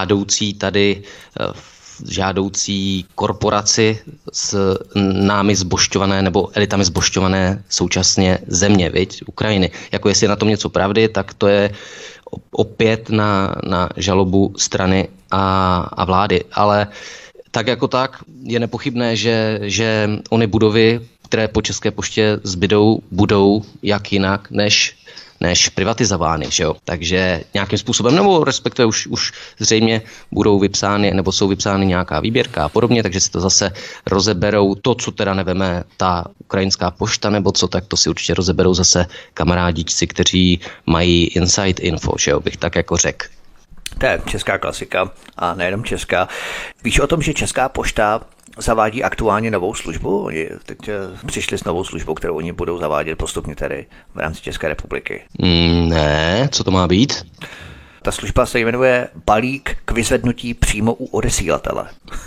žádoucí korporaci s námi zbožťované nebo elitami zbožťované současně země, viď, Ukrajiny. Jako jestli je na tom něco pravdy, tak to je opět na žalobu strany a vlády. Ale tak jako tak je nepochybné, že ony budovy, které po České poště zbydou, budou jak jinak než privatizovány, že jo. Takže nějakým způsobem, nebo respektive už zřejmě budou vypsány, nebo jsou vypsány nějaká výběrka a podobně, takže si to zase rozeberou. To, co teda neveme ta ukrajinská pošta, nebo co, tak to si určitě rozeberou zase kamarádičci, kteří mají inside info, že jo, bych tak jako řekl. To je česká klasika a nejenom česká. Víš o tom, že Česká pošta zavádí aktuálně novou službu? Oni teď přišli s novou službou, kterou oni budou zavádět postupně tedy v rámci České republiky. Ne, co to má být? Ta služba se jmenuje Balík k vyzvednutí přímo u odesílatele.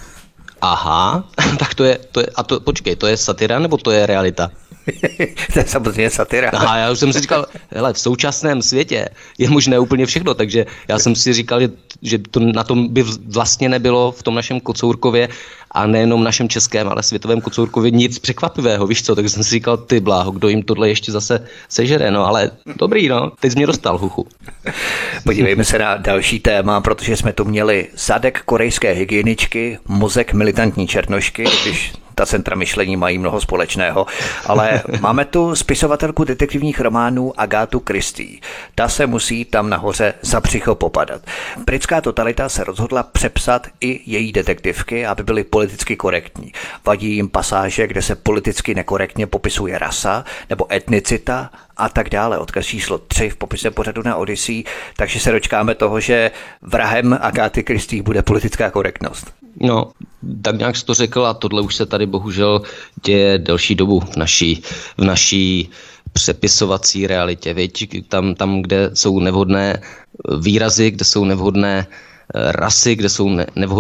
Aha, tak to je, počkej, to je satira nebo to je realita? To je samozřejmě satira. Aha, já už jsem si říkal, hele, v současném světě je možné úplně všechno, takže já jsem si říkal, že to na tom by vlastně nebylo v tom našem Kocourkově a nejenom našem českém, ale světovém Kocourkově nic překvapivého, víš co, takže jsem si říkal, ty bláho, kdo jim tohle ještě zase sežere, no ale dobrý, no, teď jsi mě dostal, huchu. Podívejme se na další téma, protože jsme tu měli zadek korejské hygieničky, mozek militantní černošky, když ta centra myšlení mají mnoho společného, ale máme tu spisovatelku detektivních románů Agátu Christie. Ta se musí tam nahoře za břicho popadat. Britská totalita se rozhodla přepsat i její detektivky, aby byly politicky korektní. Vadí jim pasáže, kde se politicky nekorektně popisuje rasa nebo etnicita a tak dále. Odkaz číslo 3 v popise pořadu na Odyssey, takže se dočkáme toho, že vrahem Agáty Christie bude politická korektnost. No, tak nějak jsi to řekl a tohle už se tady bohužel děje delší dobu v naší přepisovací realitě, viď? Tam, kde jsou nevhodné výrazy, kde jsou nevhodné rasy, kde jsou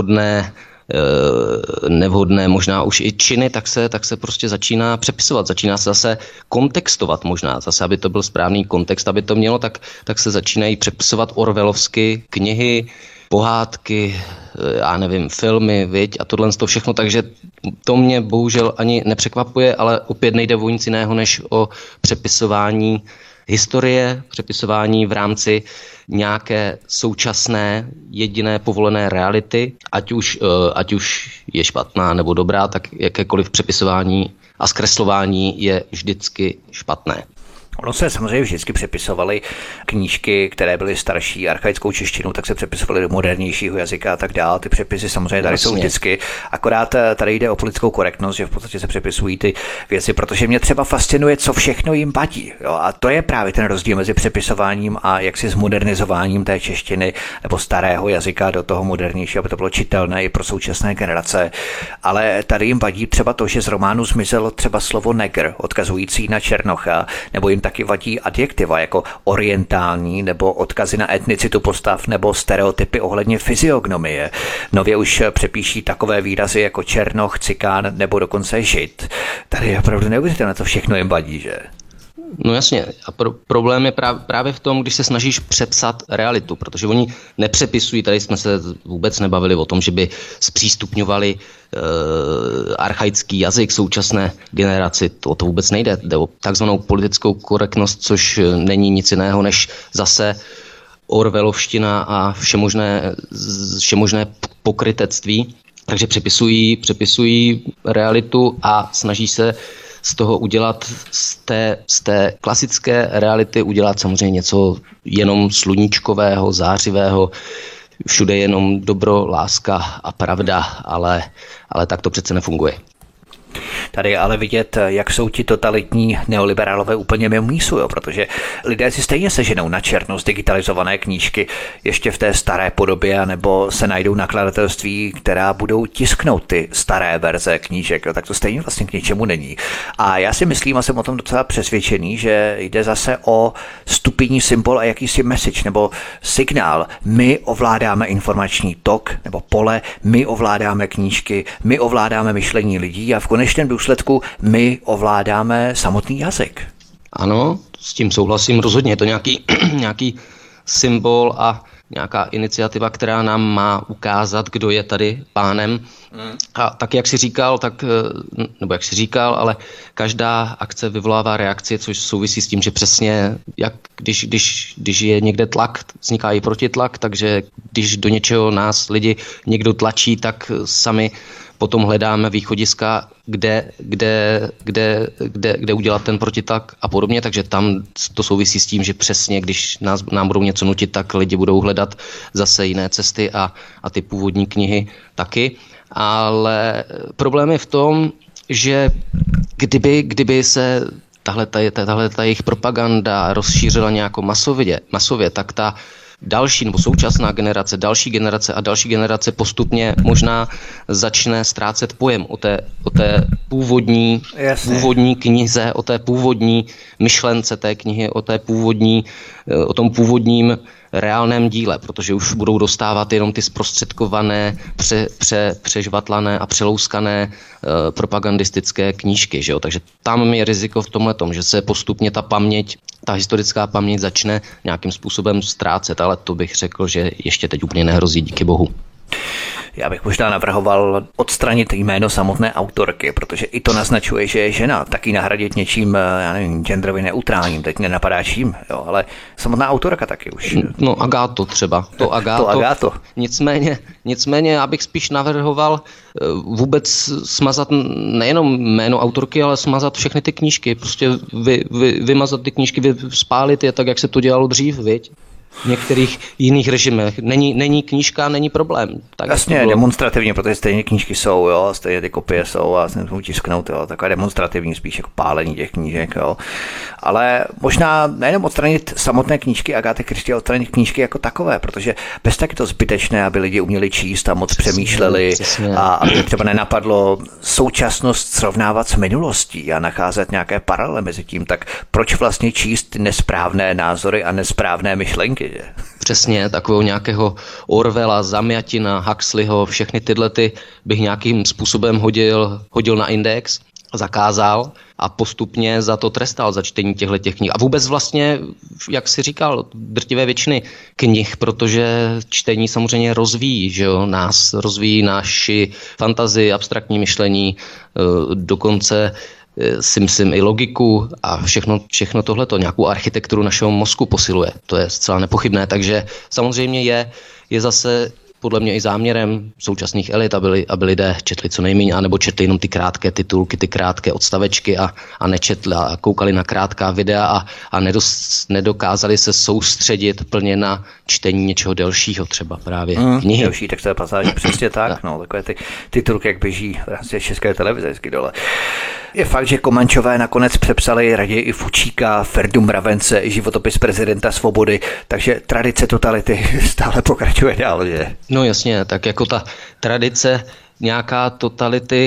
nevhodné možná už i činy, tak se prostě začíná přepisovat, začíná se zase kontextovat možná, zase aby to byl správný kontext, aby to mělo, tak se začínají přepisovat orwellovsky knihy, pohádky, já nevím, filmy, viď, a tohle to všechno, takže to mě bohužel ani nepřekvapuje, ale opět nejde o nic jiného, než o přepisování historie, přepisování v rámci nějaké současné jediné povolené reality, ať už je špatná nebo dobrá, tak jakékoliv přepisování a zkreslování je vždycky špatné. Ono se samozřejmě vždycky přepisovaly knížky, které byly starší archaickou češtinou, tak se přepisovaly do modernějšího jazyka a tak dále. Ty přepisy samozřejmě tady jsou vždycky. Akorát tady jde o politickou korektnost, že v podstatě se přepisují ty věci, protože mě třeba fascinuje, co všechno jim vadí. Jo? A to je právě ten rozdíl mezi přepisováním a jaksi zmodernizováním té češtiny nebo starého jazyka do toho modernějšího, aby to bylo čitelné i pro současné generace. Ale tady jim vadí třeba to, že z románu zmizelo třeba slovo negr, odkazující na Černocha, nebo jim taky vadí adjektiva jako orientální nebo odkazy na etnicitu postav nebo stereotypy ohledně fyziognomie. Nově už přepíší takové výrazy jako černoch, cikán nebo dokonce žid. Tady je opravdu neuvěřitelné, to všechno jim vadí, že? No jasně, a problém je právě v tom, když se snažíš přepsat realitu, protože oni nepřepisují, tady jsme se vůbec nebavili o tom, že by zpřístupňovali archaický jazyk současné generaci, to vůbec nejde, jde o takzvanou politickou korektnost, což není nic jiného, než zase orwellovština a všemožné pokrytectví, takže přepisují realitu a snaží se z toho udělat, z té klasické reality udělat samozřejmě něco jenom sluníčkového, zářivého, všude jenom dobro, láska a pravda, ale tak to přece nefunguje. Tady je ale vidět, jak jsou ti totalitní neoliberálové úplně mimo mísu, jo? Protože lidé si stejně seženou na černo zdigitalizované knížky ještě v té staré podobě, nebo se najdou nakladatelství, která budou tisknout ty staré verze knížek, jo? Tak to stejně vlastně k ničemu není. A já si myslím, a jsem o tom docela přesvědčený, že jde zase o stupidní symbol a jakýsi message nebo signál. My ovládáme informační tok nebo pole, my ovládáme knížky, my ovládáme myšlení lidí a v konečném důsledku my ovládáme samotný jazyk. Ano, s tím souhlasím rozhodně. Je to nějaký symbol a nějaká iniciativa, která nám má ukázat, kdo je tady pánem. A tak, jak jsi říkal, ale každá akce vyvolává reakci, což souvisí s tím, že přesně, jak když je někde tlak, vzniká i protitlak, takže když do něčeho nás lidi někdo tlačí, tak sami potom hledáme východiska, kde udělat ten protitlak a podobně, takže tam to souvisí s tím, že přesně, když nám budou něco nutit, tak lidi budou hledat zase jiné cesty a ty původní knihy taky. Ale problém je v tom, že kdyby se tahle jejich propaganda rozšířila nějakou masově, tak ta další nebo současná generace, další generace postupně možná začne ztrácet pojem o té původní knize, o té původní myšlence té knihy, o tom původním reálném díle, protože už budou dostávat jenom ty zprostředkované, přežvatlané a přelouskané propagandistické knížky. Že jo? Takže tam je riziko v tomhletom, že se postupně ta historická paměť začne nějakým způsobem ztrácet, ale to bych řekl, že ještě teď úplně nehrozí, díky bohu. Já bych možná navrhoval odstranit jméno samotné autorky, protože i to naznačuje, že je žena, taky nahradit něčím, já nevím, genderově neutrálním, teď nenapadá čím, jo, ale samotná autorka taky už. No Agáto třeba, to Agáto. Nicméně já bych spíš navrhoval vůbec smazat nejenom jméno autorky, ale smazat všechny ty knížky, prostě vymazat ty knížky, spálit je tak, jak se to dělalo dřív, viď? V některých jiných režimech. Není knížka, není problém. Tak jasně, demonstrativně, protože stejně knížky jsou, jo, stejně ty kopie jsou a se nemůžou tisknout, jo, takové demonstrativní, spíš jako pálení těch knížek, jo. Ale možná nejenom odstranit samotné knížky Agáty Christie, odstranit knížky jako takové, protože bez tak je to zbytečné, aby lidi uměli číst a moc přemýšleli a aby třeba nenapadlo současnost srovnávat s minulostí a nacházet nějaké paralely mezi tím, tak proč vlastně číst nesprávné názory a nesprávné myšlenky? Přesně, takového nějakého Orwella, Zamjatina, Huxleyho, všechny tyhle bych nějakým způsobem hodil na index, zakázal a postupně za to trestal, za čtení těchto knih. A vůbec vlastně, jak jsi říkal, drtivé většiny knih, protože čtení samozřejmě rozvíjí, že jo, rozvíjí naši fantazii, abstraktní myšlení, dokonce si myslím i logiku a všechno tohleto, nějakou architekturu našeho mozku posiluje. To je zcela nepochybné, takže samozřejmě je zase podle mě i záměrem současných elit, aby lidé četli co nejméně, anebo četli jenom ty krátké titulky, ty krátké odstavečky a nečetli a koukali na krátká videa a nedokázali se soustředit plně na čtení něčeho delšího, třeba právě knihy. Delší textové pasáže, přesně tak, no, takové ty titulky, jak běží v rámci České televize vždycky dole. Je fakt, že Komančové nakonec přepsali raději i Fučíka, Ferdu Mravence, životopis prezidenta Svobody, takže tradice totality stále pokračuje dál, že? No jasně, tak jako ta tradice nějaká totality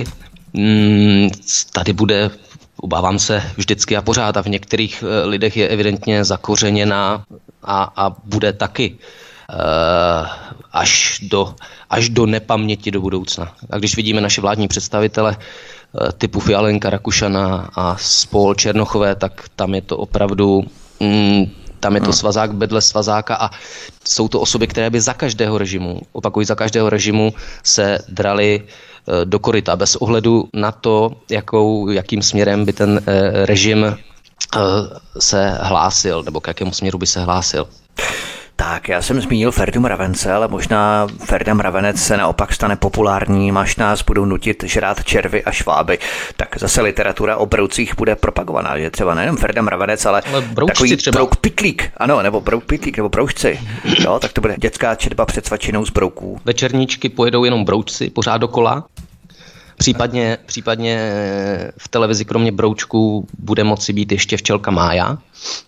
tady bude, obávám se, vždycky a pořád a v některých lidech je evidentně zakořeněná a bude taky až do nepaměti do budoucna. A když vidíme naše vládní představitele, typu Fialenka, Rakušana a spol Černochové, tak tam je to opravdu... Tam je to svazák vedle svazáka a jsou to osoby, které by za každého režimu se drali do koryta bez ohledu na to, jakým směrem by ten režim se hlásil, nebo k jakému směru by se hlásil. Tak, já jsem zmínil Ferdu Mravence, ale možná Ferda Mravenec se naopak stane populárním, až nás budou nutit žrát červy a šváby. Tak zase literatura o broucích bude propagovaná, že třeba nejenom Ferda Mravenec, ale takový brouk pitlík, ano, nebo brouk pitlík, nebo broučci. Jo, tak to bude dětská četba před svačinou z brouků. Večerníčky pojedou jenom broučci pořád dokola. Případně v televizi kromě broučků bude moci být ještě včelka Mája.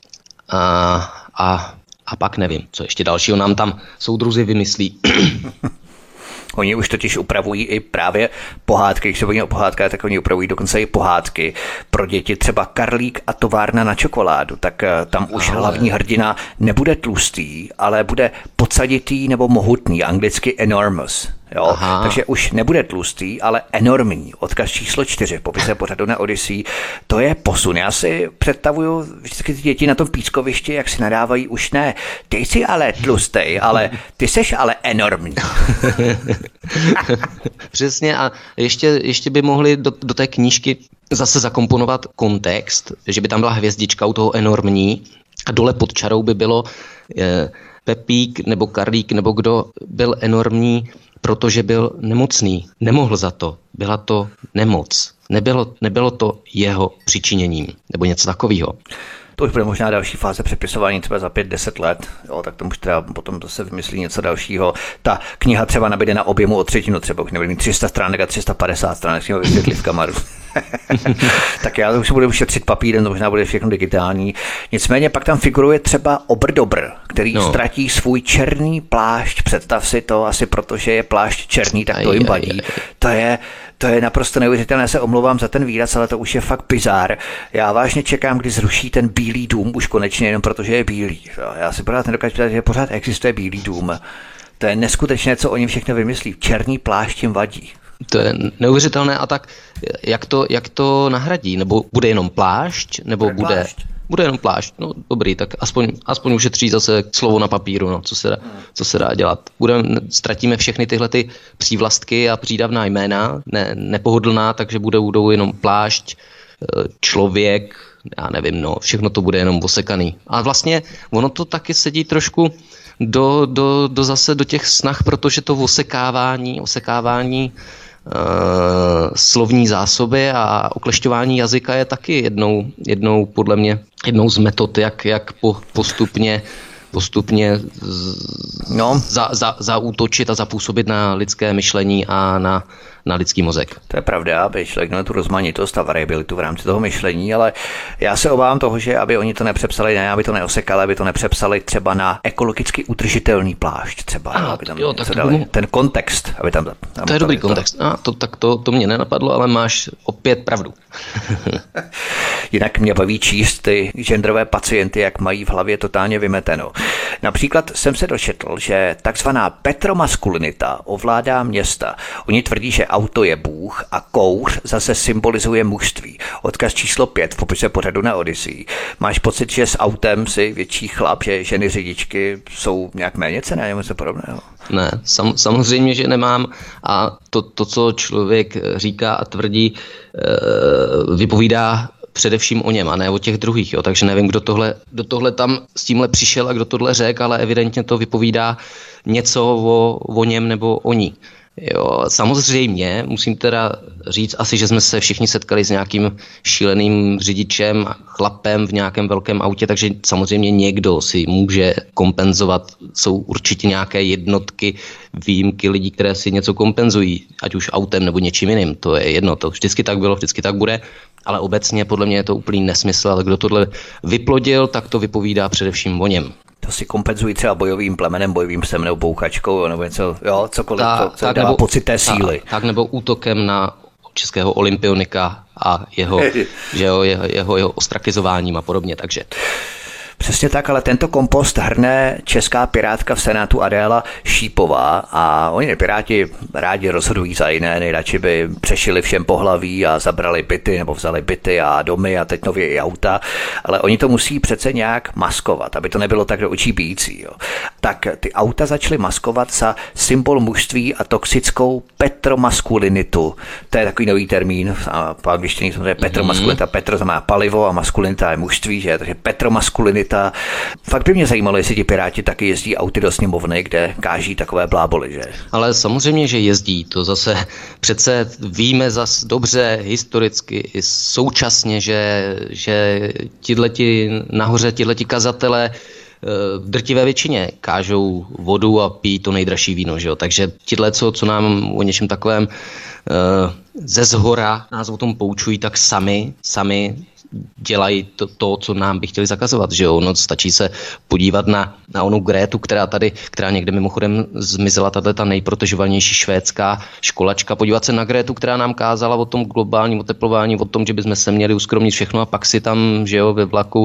A pak nevím, co ještě dalšího nám tam soudruzi vymyslí. Oni už totiž upravují i právě pohádky, když se bavíme o pohádkách, tak oni upravují dokonce i pohádky pro děti, třeba Karlík a továrna na čokoládu, tak tam už hlavní hrdina nebude tlustý, ale bude podsaditý nebo mohutný, anglicky enormous. Jo? Takže už nebude tlustý, ale enormní. Odkaz číslo 4 v popise pořadu na Odyssey. To je posun. Já si představuju vždycky ty děti na tom pískovišti, jak si nadávají, už ne, ty jsi ale tlustej, ale ty seš ale enormní. Přesně a ještě by mohli do té knížky zase zakomponovat kontext, že by tam byla hvězdička u toho enormní a dole pod čarou by bylo Pepík nebo Karlík nebo kdo byl enormní, protože byl nemocný. Nemohl za to. Byla to nemoc. Nebylo to jeho přičiněním nebo něco takového. To už bude možná další fáze přepisování, třeba za 5-10 let, jo, tak tomu už teda potom zase vymyslí něco dalšího. Ta kniha třeba nabíde na objemu o třetinu, třeba už nebude mít 300 stránek a 350 stránek, si ho vysvětlit v kamaru. Tak já už budu šetřit papírem, to možná bude všechno digitální. Nicméně pak tam figuruje třeba Obrdobr, který ztratí svůj černý plášť. Představ si to, asi protože je plášť černý, tak to jim vadí. To je naprosto neuvěřitelné, se omlouvám za ten výraz, ale to už je fakt bizár. Já vážně čekám, kdy zruší ten Bílý dům, už konečně jenom protože je bílý. Já si pořád nedokážu představit, že pořád existuje Bílý dům. To je neskutečné, co oni všechno vymyslí. Černý plášť jim vadí. To je neuvěřitelné a tak jak to nahradí? Nebo bude jenom plášť? Nebo bude jenom plášť? No dobrý, tak aspoň ušetří zase slovo na papíru, no, co se dá dělat. Ztratíme všechny tyhle ty přívlastky a přídavná jména, nepohodlná, takže budou jenom plášť, člověk, já nevím, no, všechno to bude jenom osekaný. A vlastně ono to taky sedí trošku zase do těch snah, protože to osekávání slovní zásoby a oklešťování jazyka je taky jednou podle mě jednou z metod, jak postupně zaútočit a zapůsobit na lidské myšlení a na lidský mozek. To je pravda, aby člověk měl tu rozmanitost a variabilitu v rámci toho myšlení, ale já se obávám toho, že aby oni to nepřepsali, aby to neosekali, aby to nepřepsali třeba na ekologicky udržitelný plášť, třeba, aby tam dali ten kontext, aby tam to je dobrý kontext. To mě nenapadlo, ale máš opět pravdu. Jinak mě baví číst ty genderové pacienty, jak mají v hlavě totálně vymeteno. Například jsem se dočetl, že takzvaná petromaskulinita ovládá města. Oni tvrdí, že auto je bůh a kouř zase symbolizuje mužství. Odkaz číslo 5 v popise pořadu na Odyssey. Máš pocit, že s autem si větší chlap, že ženy řidičky jsou nějak méněcenné nebo něco podobného? Ne, samozřejmě, že nemám a to, co člověk říká a tvrdí, vypovídá především o něm a ne o těch druhých. Jo. Takže nevím, kdo tohle tam s tímhle přišel a kdo tohle řekl, ale evidentně to vypovídá něco o něm nebo o ní. Jo, samozřejmě musím teda říct asi, že jsme se všichni setkali s nějakým šíleným řidičem, chlapem v nějakém velkém autě, takže samozřejmě někdo si může kompenzovat. Jsou určitě nějaké jednotky, výjimky lidí, které si něco kompenzují, ať už autem nebo něčím jiným. To je jedno, to vždycky tak bylo, vždycky tak bude, ale obecně podle mě je to úplný nesmysl, ale kdo tohle vyplodil, tak to vypovídá především o něm. To si kompenzují třeba bojovým plemenem, bojovým psem nebo bouchačkou, nebo něco, jo, cokoliv, co dává pocit té síly. Tak nebo útokem na českého olympionika a jeho ostrakizováním a podobně, takže. Přesně tak, ale tento kompost hrne česká pirátka v Senátu Adéla Šípová a oni Piráti rádi rozhodují za jiné, nejradši by přešili všem pohlaví a zabrali byty nebo vzali byty a domy a teď nově i auta, ale oni to musí přece nějak maskovat, aby to nebylo tak do očí bijící. Jo. Tak ty auta začaly maskovat za symbol mužství a toxickou petromaskulinitu. To je takový nový termín, a po angličtině samozřejmě petromaskulinita, petro znamená palivo a maskulinita je mužství, že? Takže petromaskulinita. Fakt by mě zajímalo, jestli ti Piráti taky jezdí auty do sněmovny, kde káží takové bláboli, že? Ale samozřejmě, že jezdí, to zase přece víme zas dobře historicky i současně, že tihleti nahoře, tihleti kazatelé v drtivé většině kážou vodu a pijí to nejdražší víno, že jo? Takže tihle, co nám o něčem takovém ze zhora nás o tom poučují, tak sami dělají to, co nám by chtěli zakazovat, že jo? No, stačí se podívat na onu Grétu, která někde mimochodem zmizela, ta nejprotežovanější švédská školačka, podívat se na Grétu, která nám kázala o tom globálním oteplování, o tom, že bychom se měli uskromnit všechno a pak si tam, že jo, ve vlaku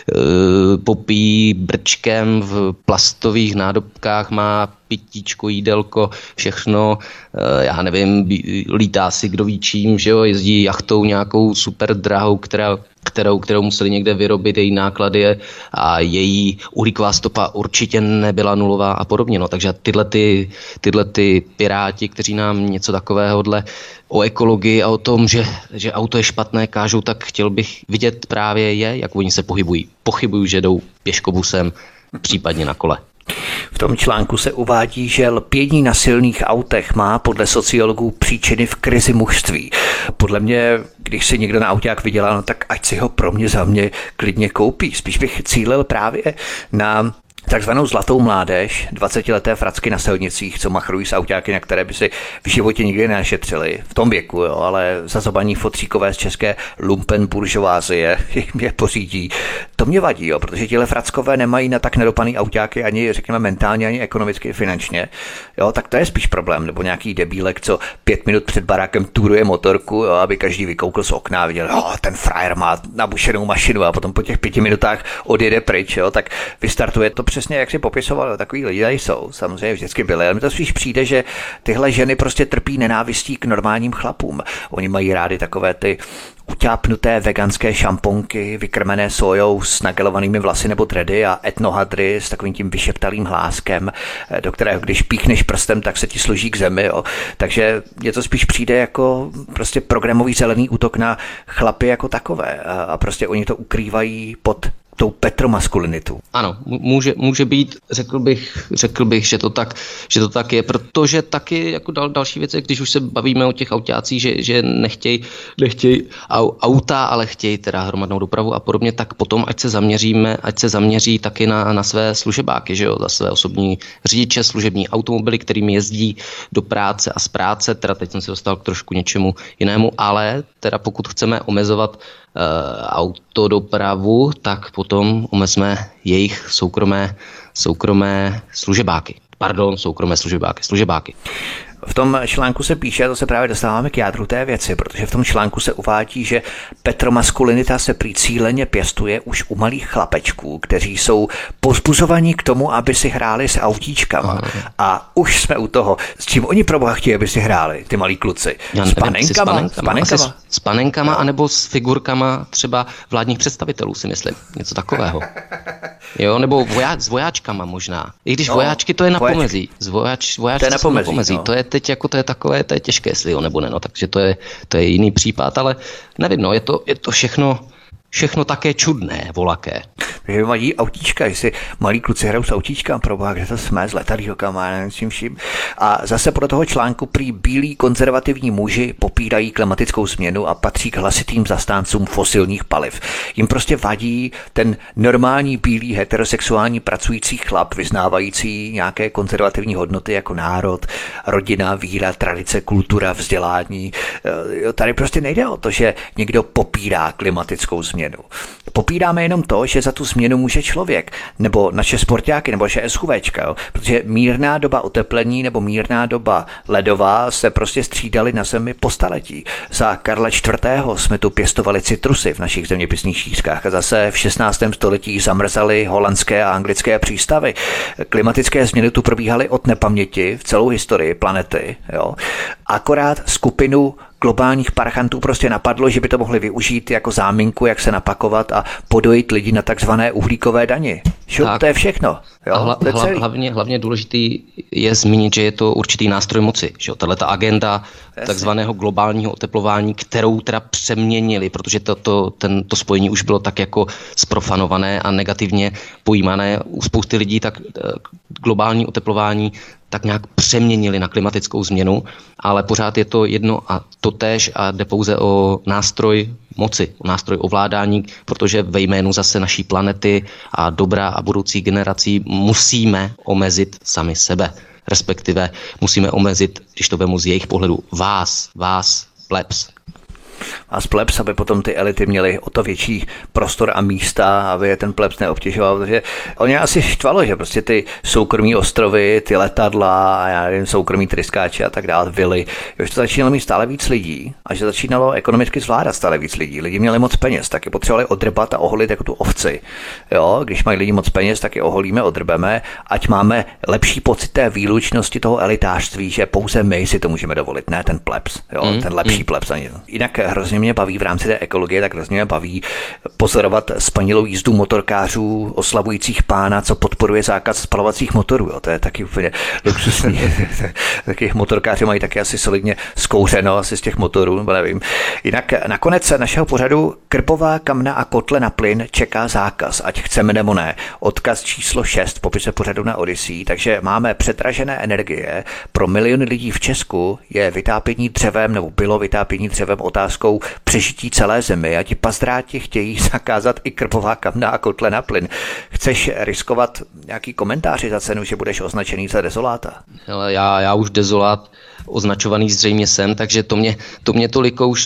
popíjí brčkem v plastových nádobkách, má pitíčko, jídelko, všechno, já nevím, lítá si kdo ví čím, že jo, jezdí jachtou nějakou super drahou, kterou museli někde vyrobit, její náklady a její uhlíková stopa určitě nebyla nulová a podobně. No. Takže tyhle ty Piráti, kteří nám něco takovéhodle o ekologii a o tom, že auto je špatné, kážou, tak chtěl bych vidět právě jak oni se pohybují. Pochybuju, že jdou pěškobusem, případně na kole. V tom článku se uvádí, že lpění na silných autech má podle sociologů příčiny v krizi mužství. Podle mě, když si někdo na auták vydělá, no tak ať si ho pro mě za mě klidně koupí. Spíš bych cílil právě na takzvanou zlatou mládež, 20leté fracky na silnicích, co machrují s autáky, na které by si v životě nikdy nešetřili. V tom věku, jo, ale zazobaní fotříkové z české lumpen buržoázie jim je pořídí. To mě vadí, jo, protože tihle frackové nemají na tak nedopaný autáky ani, řekněme, mentálně, ani ekonomicky, finančně. Jo, tak to je spíš problém. Nebo nějaký debílek, co 5 minut před barákem turuje motorku, jo, aby každý vykoukl z okna a viděl, ten frajer má nabušenou mašinu a potom po těch 5 minutách odjede pryč, jo, tak vystartuje to přesně, jak si popisoval, takový lidi tady jsou, samozřejmě vždycky byli, ale mi to spíš přijde, že tyhle ženy prostě trpí nenávistí k normálním chlapům. Oni mají rádi takové ty utápnuté veganské šamponky, vykrmené sojou s nagelovanými vlasy nebo dready a etnohadry s takovým tím vyšeptalým hláskem, do kterého když píchneš prstem, tak se ti složí k zemi. Jo. Takže je to spíš přijde jako prostě programový zelený útok na chlapy jako takové a prostě oni to ukrývají pod tou petromaskulinitu. Ano, může být, řekl bych, že to tak je, protože taky jako další věc, když už se bavíme o těch autácích, že nechtějí auta, ale chtějí teda hromadnou dopravu a podobně, tak potom ať se zaměří taky na své služebáky, že jo, za své osobní řidiče, služební automobily, kterými jezdí do práce a z práce, teda teď jsem se dostal k trošku něčemu jinému, ale teda pokud chceme omezovat autodopravu, tak potom omezme jejich soukromé služebáky. Služebáky. V tom článku se píše, to se právě dostáváme k jádru té věci, protože v tom článku se uvádí, že petromaskulinita se prý cíleně pěstuje už u malých chlapečků, kteří jsou povzbuzovaní k tomu, aby si hráli s autíčkama. A už jsme u toho, s čím oni pro boha chtějí, aby si hráli, ty malí kluci. S panenkama? S panenkama, anebo s figurkama třeba vládních představitelů, si myslím. Něco takového. Jo, nebo s vojáčkama možná. I když vojáčky to je na pomezí. Vojáčky to je na pomezí. To je teď jako to je takové, to je těžké, jestli jo nebo ne, no, takže to je jiný případ, ale nevím, no, je to všechno také čudné, volaké. Takže mají autíčka, jestli malí kluci hrajou s autíčkám, proboha, kde to jsme, z letadýlkama, nevím s čím vším. A zase podle toho článku prý bílí konzervativní muži popírají klimatickou změnu a patří k hlasitým zastáncům fosilních paliv. Jim prostě vadí ten normální bílý heterosexuální pracující chlap, vyznávající nějaké konzervativní hodnoty jako národ, rodina, víra, tradice, kultura, vzdělání. Tady prostě nejde o to, že někdo popírá klimatickou změnu. změnu. Popíráme jenom to, že za tu změnu může člověk, nebo naše sportáky, nebo naše SUVčka, jo? Protože mírná doba oteplení nebo mírná doba ledová se prostě střídaly na zemi po staletí. Za Karla IV. Jsme tu pěstovali citrusy v našich zeměpisných šířkách a zase v 16. století zamrzaly holandské a anglické přístavy. Klimatické změny tu probíhaly od nepaměti v celou historii planety. Jo? Akorát skupinu globálních parchantů prostě napadlo, že by to mohli využít jako záminku, jak se napakovat a podojit lidi na takzvané uhlíkové dani. To je všechno. Jo? Hlavně důležitý je zmínit, že je to určitý nástroj moci. Tato agenda takzvaného globálního oteplování, kterou teda přeměnili, protože to spojení už bylo tak jako zprofanované a negativně pojímané u spousty lidí, tak globální oteplování tak nějak přeměnili na klimatickou změnu, ale pořád je to jedno a totéž a jde pouze o nástroj moci, o nástroj ovládání, protože ve jménu zase naší planety a dobra a budoucích generací musíme omezit sami sebe. Respektive musíme omezit, když to vemu z jejich pohledu, vás, plebs. A z plebs, aby potom ty elity měly o to větší prostor a místa, aby je ten plebs neobtěžoval, protože oni asi štvalo, že prostě ty soukromí ostrovy, ty letadla, já nevím, soukromí tryskáči a tak dále, vily, že to začínalo mít stále víc lidí a že začínalo ekonomicky zvládat stále víc lidí. Lidi měli moc peněz, tak je potřebovali odrbat a oholit jako tu ovci. Jo, když mají lidi moc peněz, tak je oholíme, odrbeme, ať máme lepší pocit té výlučnosti toho elitářství, že pouze my si to můžeme dovolit, ne ten plebs, jo, ten lepší plebs. Jinak hrozně mě baví v rámci té ekologie, tak hrozně mě baví pozorovat spanilou jízdu motorkářů oslavujících pána, co podporuje zákaz spalovacích motorů. Jo. To je taky úplně luxusní. Taky motorkáři mají taky asi solidně zkouřeno asi z těch motorů, nebo nevím. Jinak nakonec našeho pořadu Krpová kamna a kotle na plyn čeká zákaz, ať chceme nebo ne. Odkaz číslo 6 v popise pořadu na Odyssey, takže máme předražené energie. Pro miliony lidí v Česku je vytápění dřevem nebo bylo vytápění dřevem otázkou přežití celé zemi a ti pazdráti chtějí zakázat i krpová kamna a kotle na plyn. Chceš riskovat nějaký komentáři za cenu, že budeš označený za dezoláta? Hele, já už dezolát označovaný zřejmě jsem, takže to mě toliko už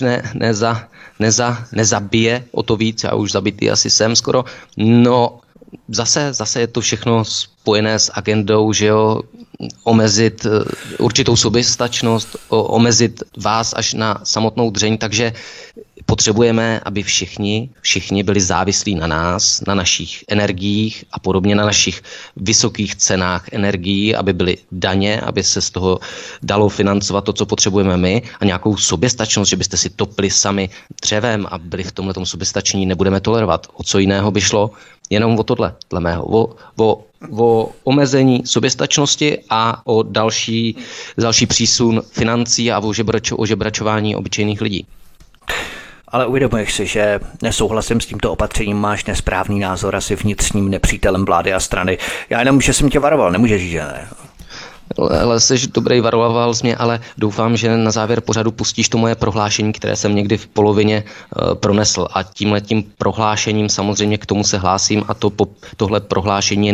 nezabije, o to víc, já už zabitý asi jsem skoro. No, zase je to všechno spojené s agendou, že jo, omezit určitou soběstačnost, omezit vás až na samotnou dřeň, takže potřebujeme, aby všichni byli závislí na nás, na našich energiích a podobně na našich vysokých cenách energií, aby byly daně, aby se z toho dalo financovat to, co potřebujeme my a nějakou soběstačnost, že byste si topli sami dřevem a byli v tomhletom soběstační, nebudeme tolerovat. O co jiného by šlo? Jenom o tohle, dle mého. O omezení soběstačnosti a o další přísun financí a o žebračování obyčejných lidí. Ale uvědomuješ si, že nesouhlasím s tímto opatřením, máš nesprávný názor asi vnitřním nepřítelem vlády a strany. Já jenom, že jsem tě varoval, nemůžeš říct, že ne. Ale jsi dobrý, varoval jsi mě, ale doufám, že na závěr pořadu pustíš to moje prohlášení, které jsem někdy v polovině pronesl. A tímhletím prohlášením samozřejmě k tomu se hlásím a tohle prohlášení je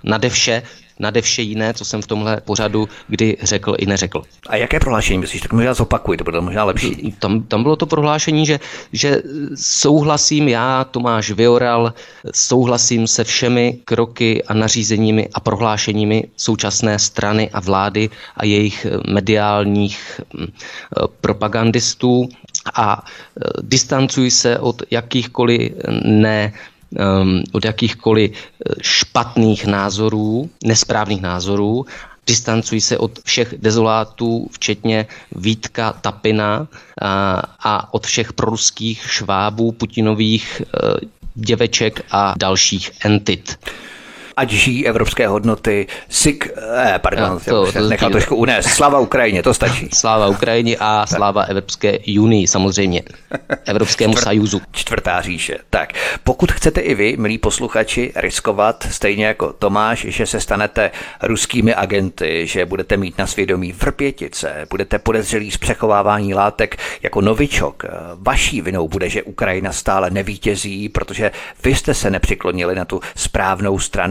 nade vše jiné, co jsem v tomhle pořadu kdy řekl i neřekl. A jaké prohlášení myslíš? Tak možná zopakuj, to bude možná lepší. Tam bylo to prohlášení, že souhlasím já, Tomáš Vyoral, souhlasím se všemi kroky a nařízeními a prohlášeními současné strany a vlády a jejich mediálních propagandistů a distancuji se od jakýchkoliv špatných názorů, nesprávných názorů, distancují se od všech dezolátů, včetně Vítka Tapina a od všech proruských švábů, Putinových děveček a dalších entit. Ať žijí evropské hodnoty, nechal trošku unést. Sláva Ukrajině, to stačí. Sláva Ukrajině a sláva Evropské unii, samozřejmě. Evropskému sajuzu. Čtvrtá říše. Tak, pokud chcete i vy, milí posluchači, riskovat, stejně jako Tomáš, že se stanete ruskými agenty, že budete mít na svědomí Vrbětice, budete podezřelí z přechovávání látek jako novičok, vaší vinou bude, že Ukrajina stále nevítězí, protože vy jste se nepřiklonili na tu správnou stranu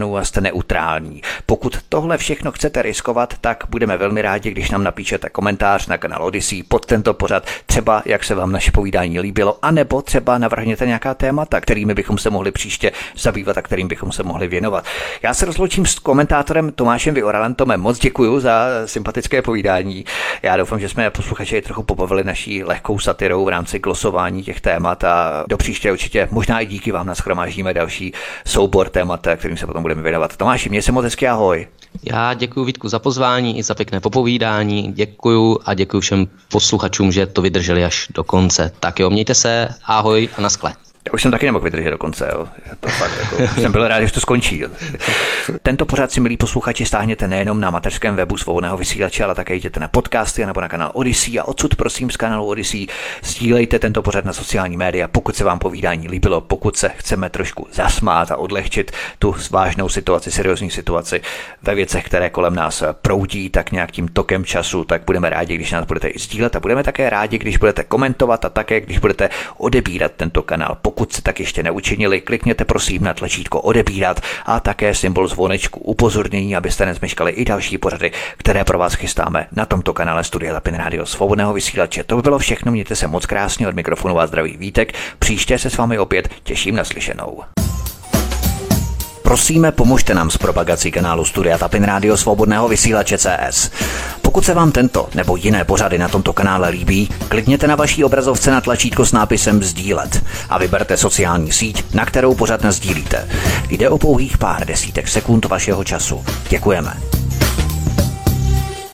občanů a jste neutrální. Pokud tohle všechno chcete riskovat, tak budeme velmi rádi, když nám napíšete komentář na kanál Odyssey pod tento pořad, třeba jak se vám naše povídání líbilo, anebo třeba navrhněte nějaká témata, kterými bychom se mohli příště zabývat a kterým bychom se mohli věnovat. Já se rozloučím s komentátorem Tomášem Vyoralem. Tome, moc děkuju za sympatické povídání. Já doufám, že jsme posluchači trochu pobavili naší lehkou satirou v rámci glosování těch témat a do příště určitě možná i díky vám nashromáždíme další soubor témat, kterým se potom budeme věnovat. Tomáši, měj se moc hezky, ahoj. Já děkuji Vítku za pozvání i za pěkné popovídání. Děkuju a děkuji všem posluchačům, že to vydrželi až do konce. Tak jo, mějte se, ahoj a naschle. Já už jsem taky nemohl vydržet do konce, jo. To fakt, jako, jsem byl rád, že to skončí. Tento pořad si, milí posluchači, stáhněte nejenom na mateřském webu Svobodného vysílače, ale také jděte na podcasty nebo na kanál Odyssey a odsud prosím z kanálu Odyssey sdílejte tento pořad na sociální média, pokud se vám povídání líbilo, pokud se chceme trošku zasmát a odlehčit tu vážnou situaci, seriózní situaci ve věcech, které kolem nás proudí tak nějak tím tokem času, tak budeme rádi, když nás budete i sdílet a budeme také rádi, když budete komentovat a také, když budete odebírat tento kanál. Pokud se tak ještě neučinili, klikněte prosím na tlačítko odebírat a také symbol zvonečku upozornění, abyste nezmeškali i další pořady, které pro vás chystáme na tomto kanále Studia Tapin Rádio Svobodného vysílače. To by bylo všechno, mějte se moc krásně, od mikrofonu vás zdraví Vítek. Příště se s vámi opět těším na slyšenou. Prosíme, pomožte nám s propagací kanálu Studia Tapin Rádio Svobodného vysílače CS. Pokud se vám tento nebo jiné pořady na tomto kanále líbí, klikněte na vaší obrazovce na tlačítko s nápisem sdílet a vyberte sociální síť, na kterou pořad nasdílíte. Jde o pouhých pár desítek sekund vašeho času. Děkujeme.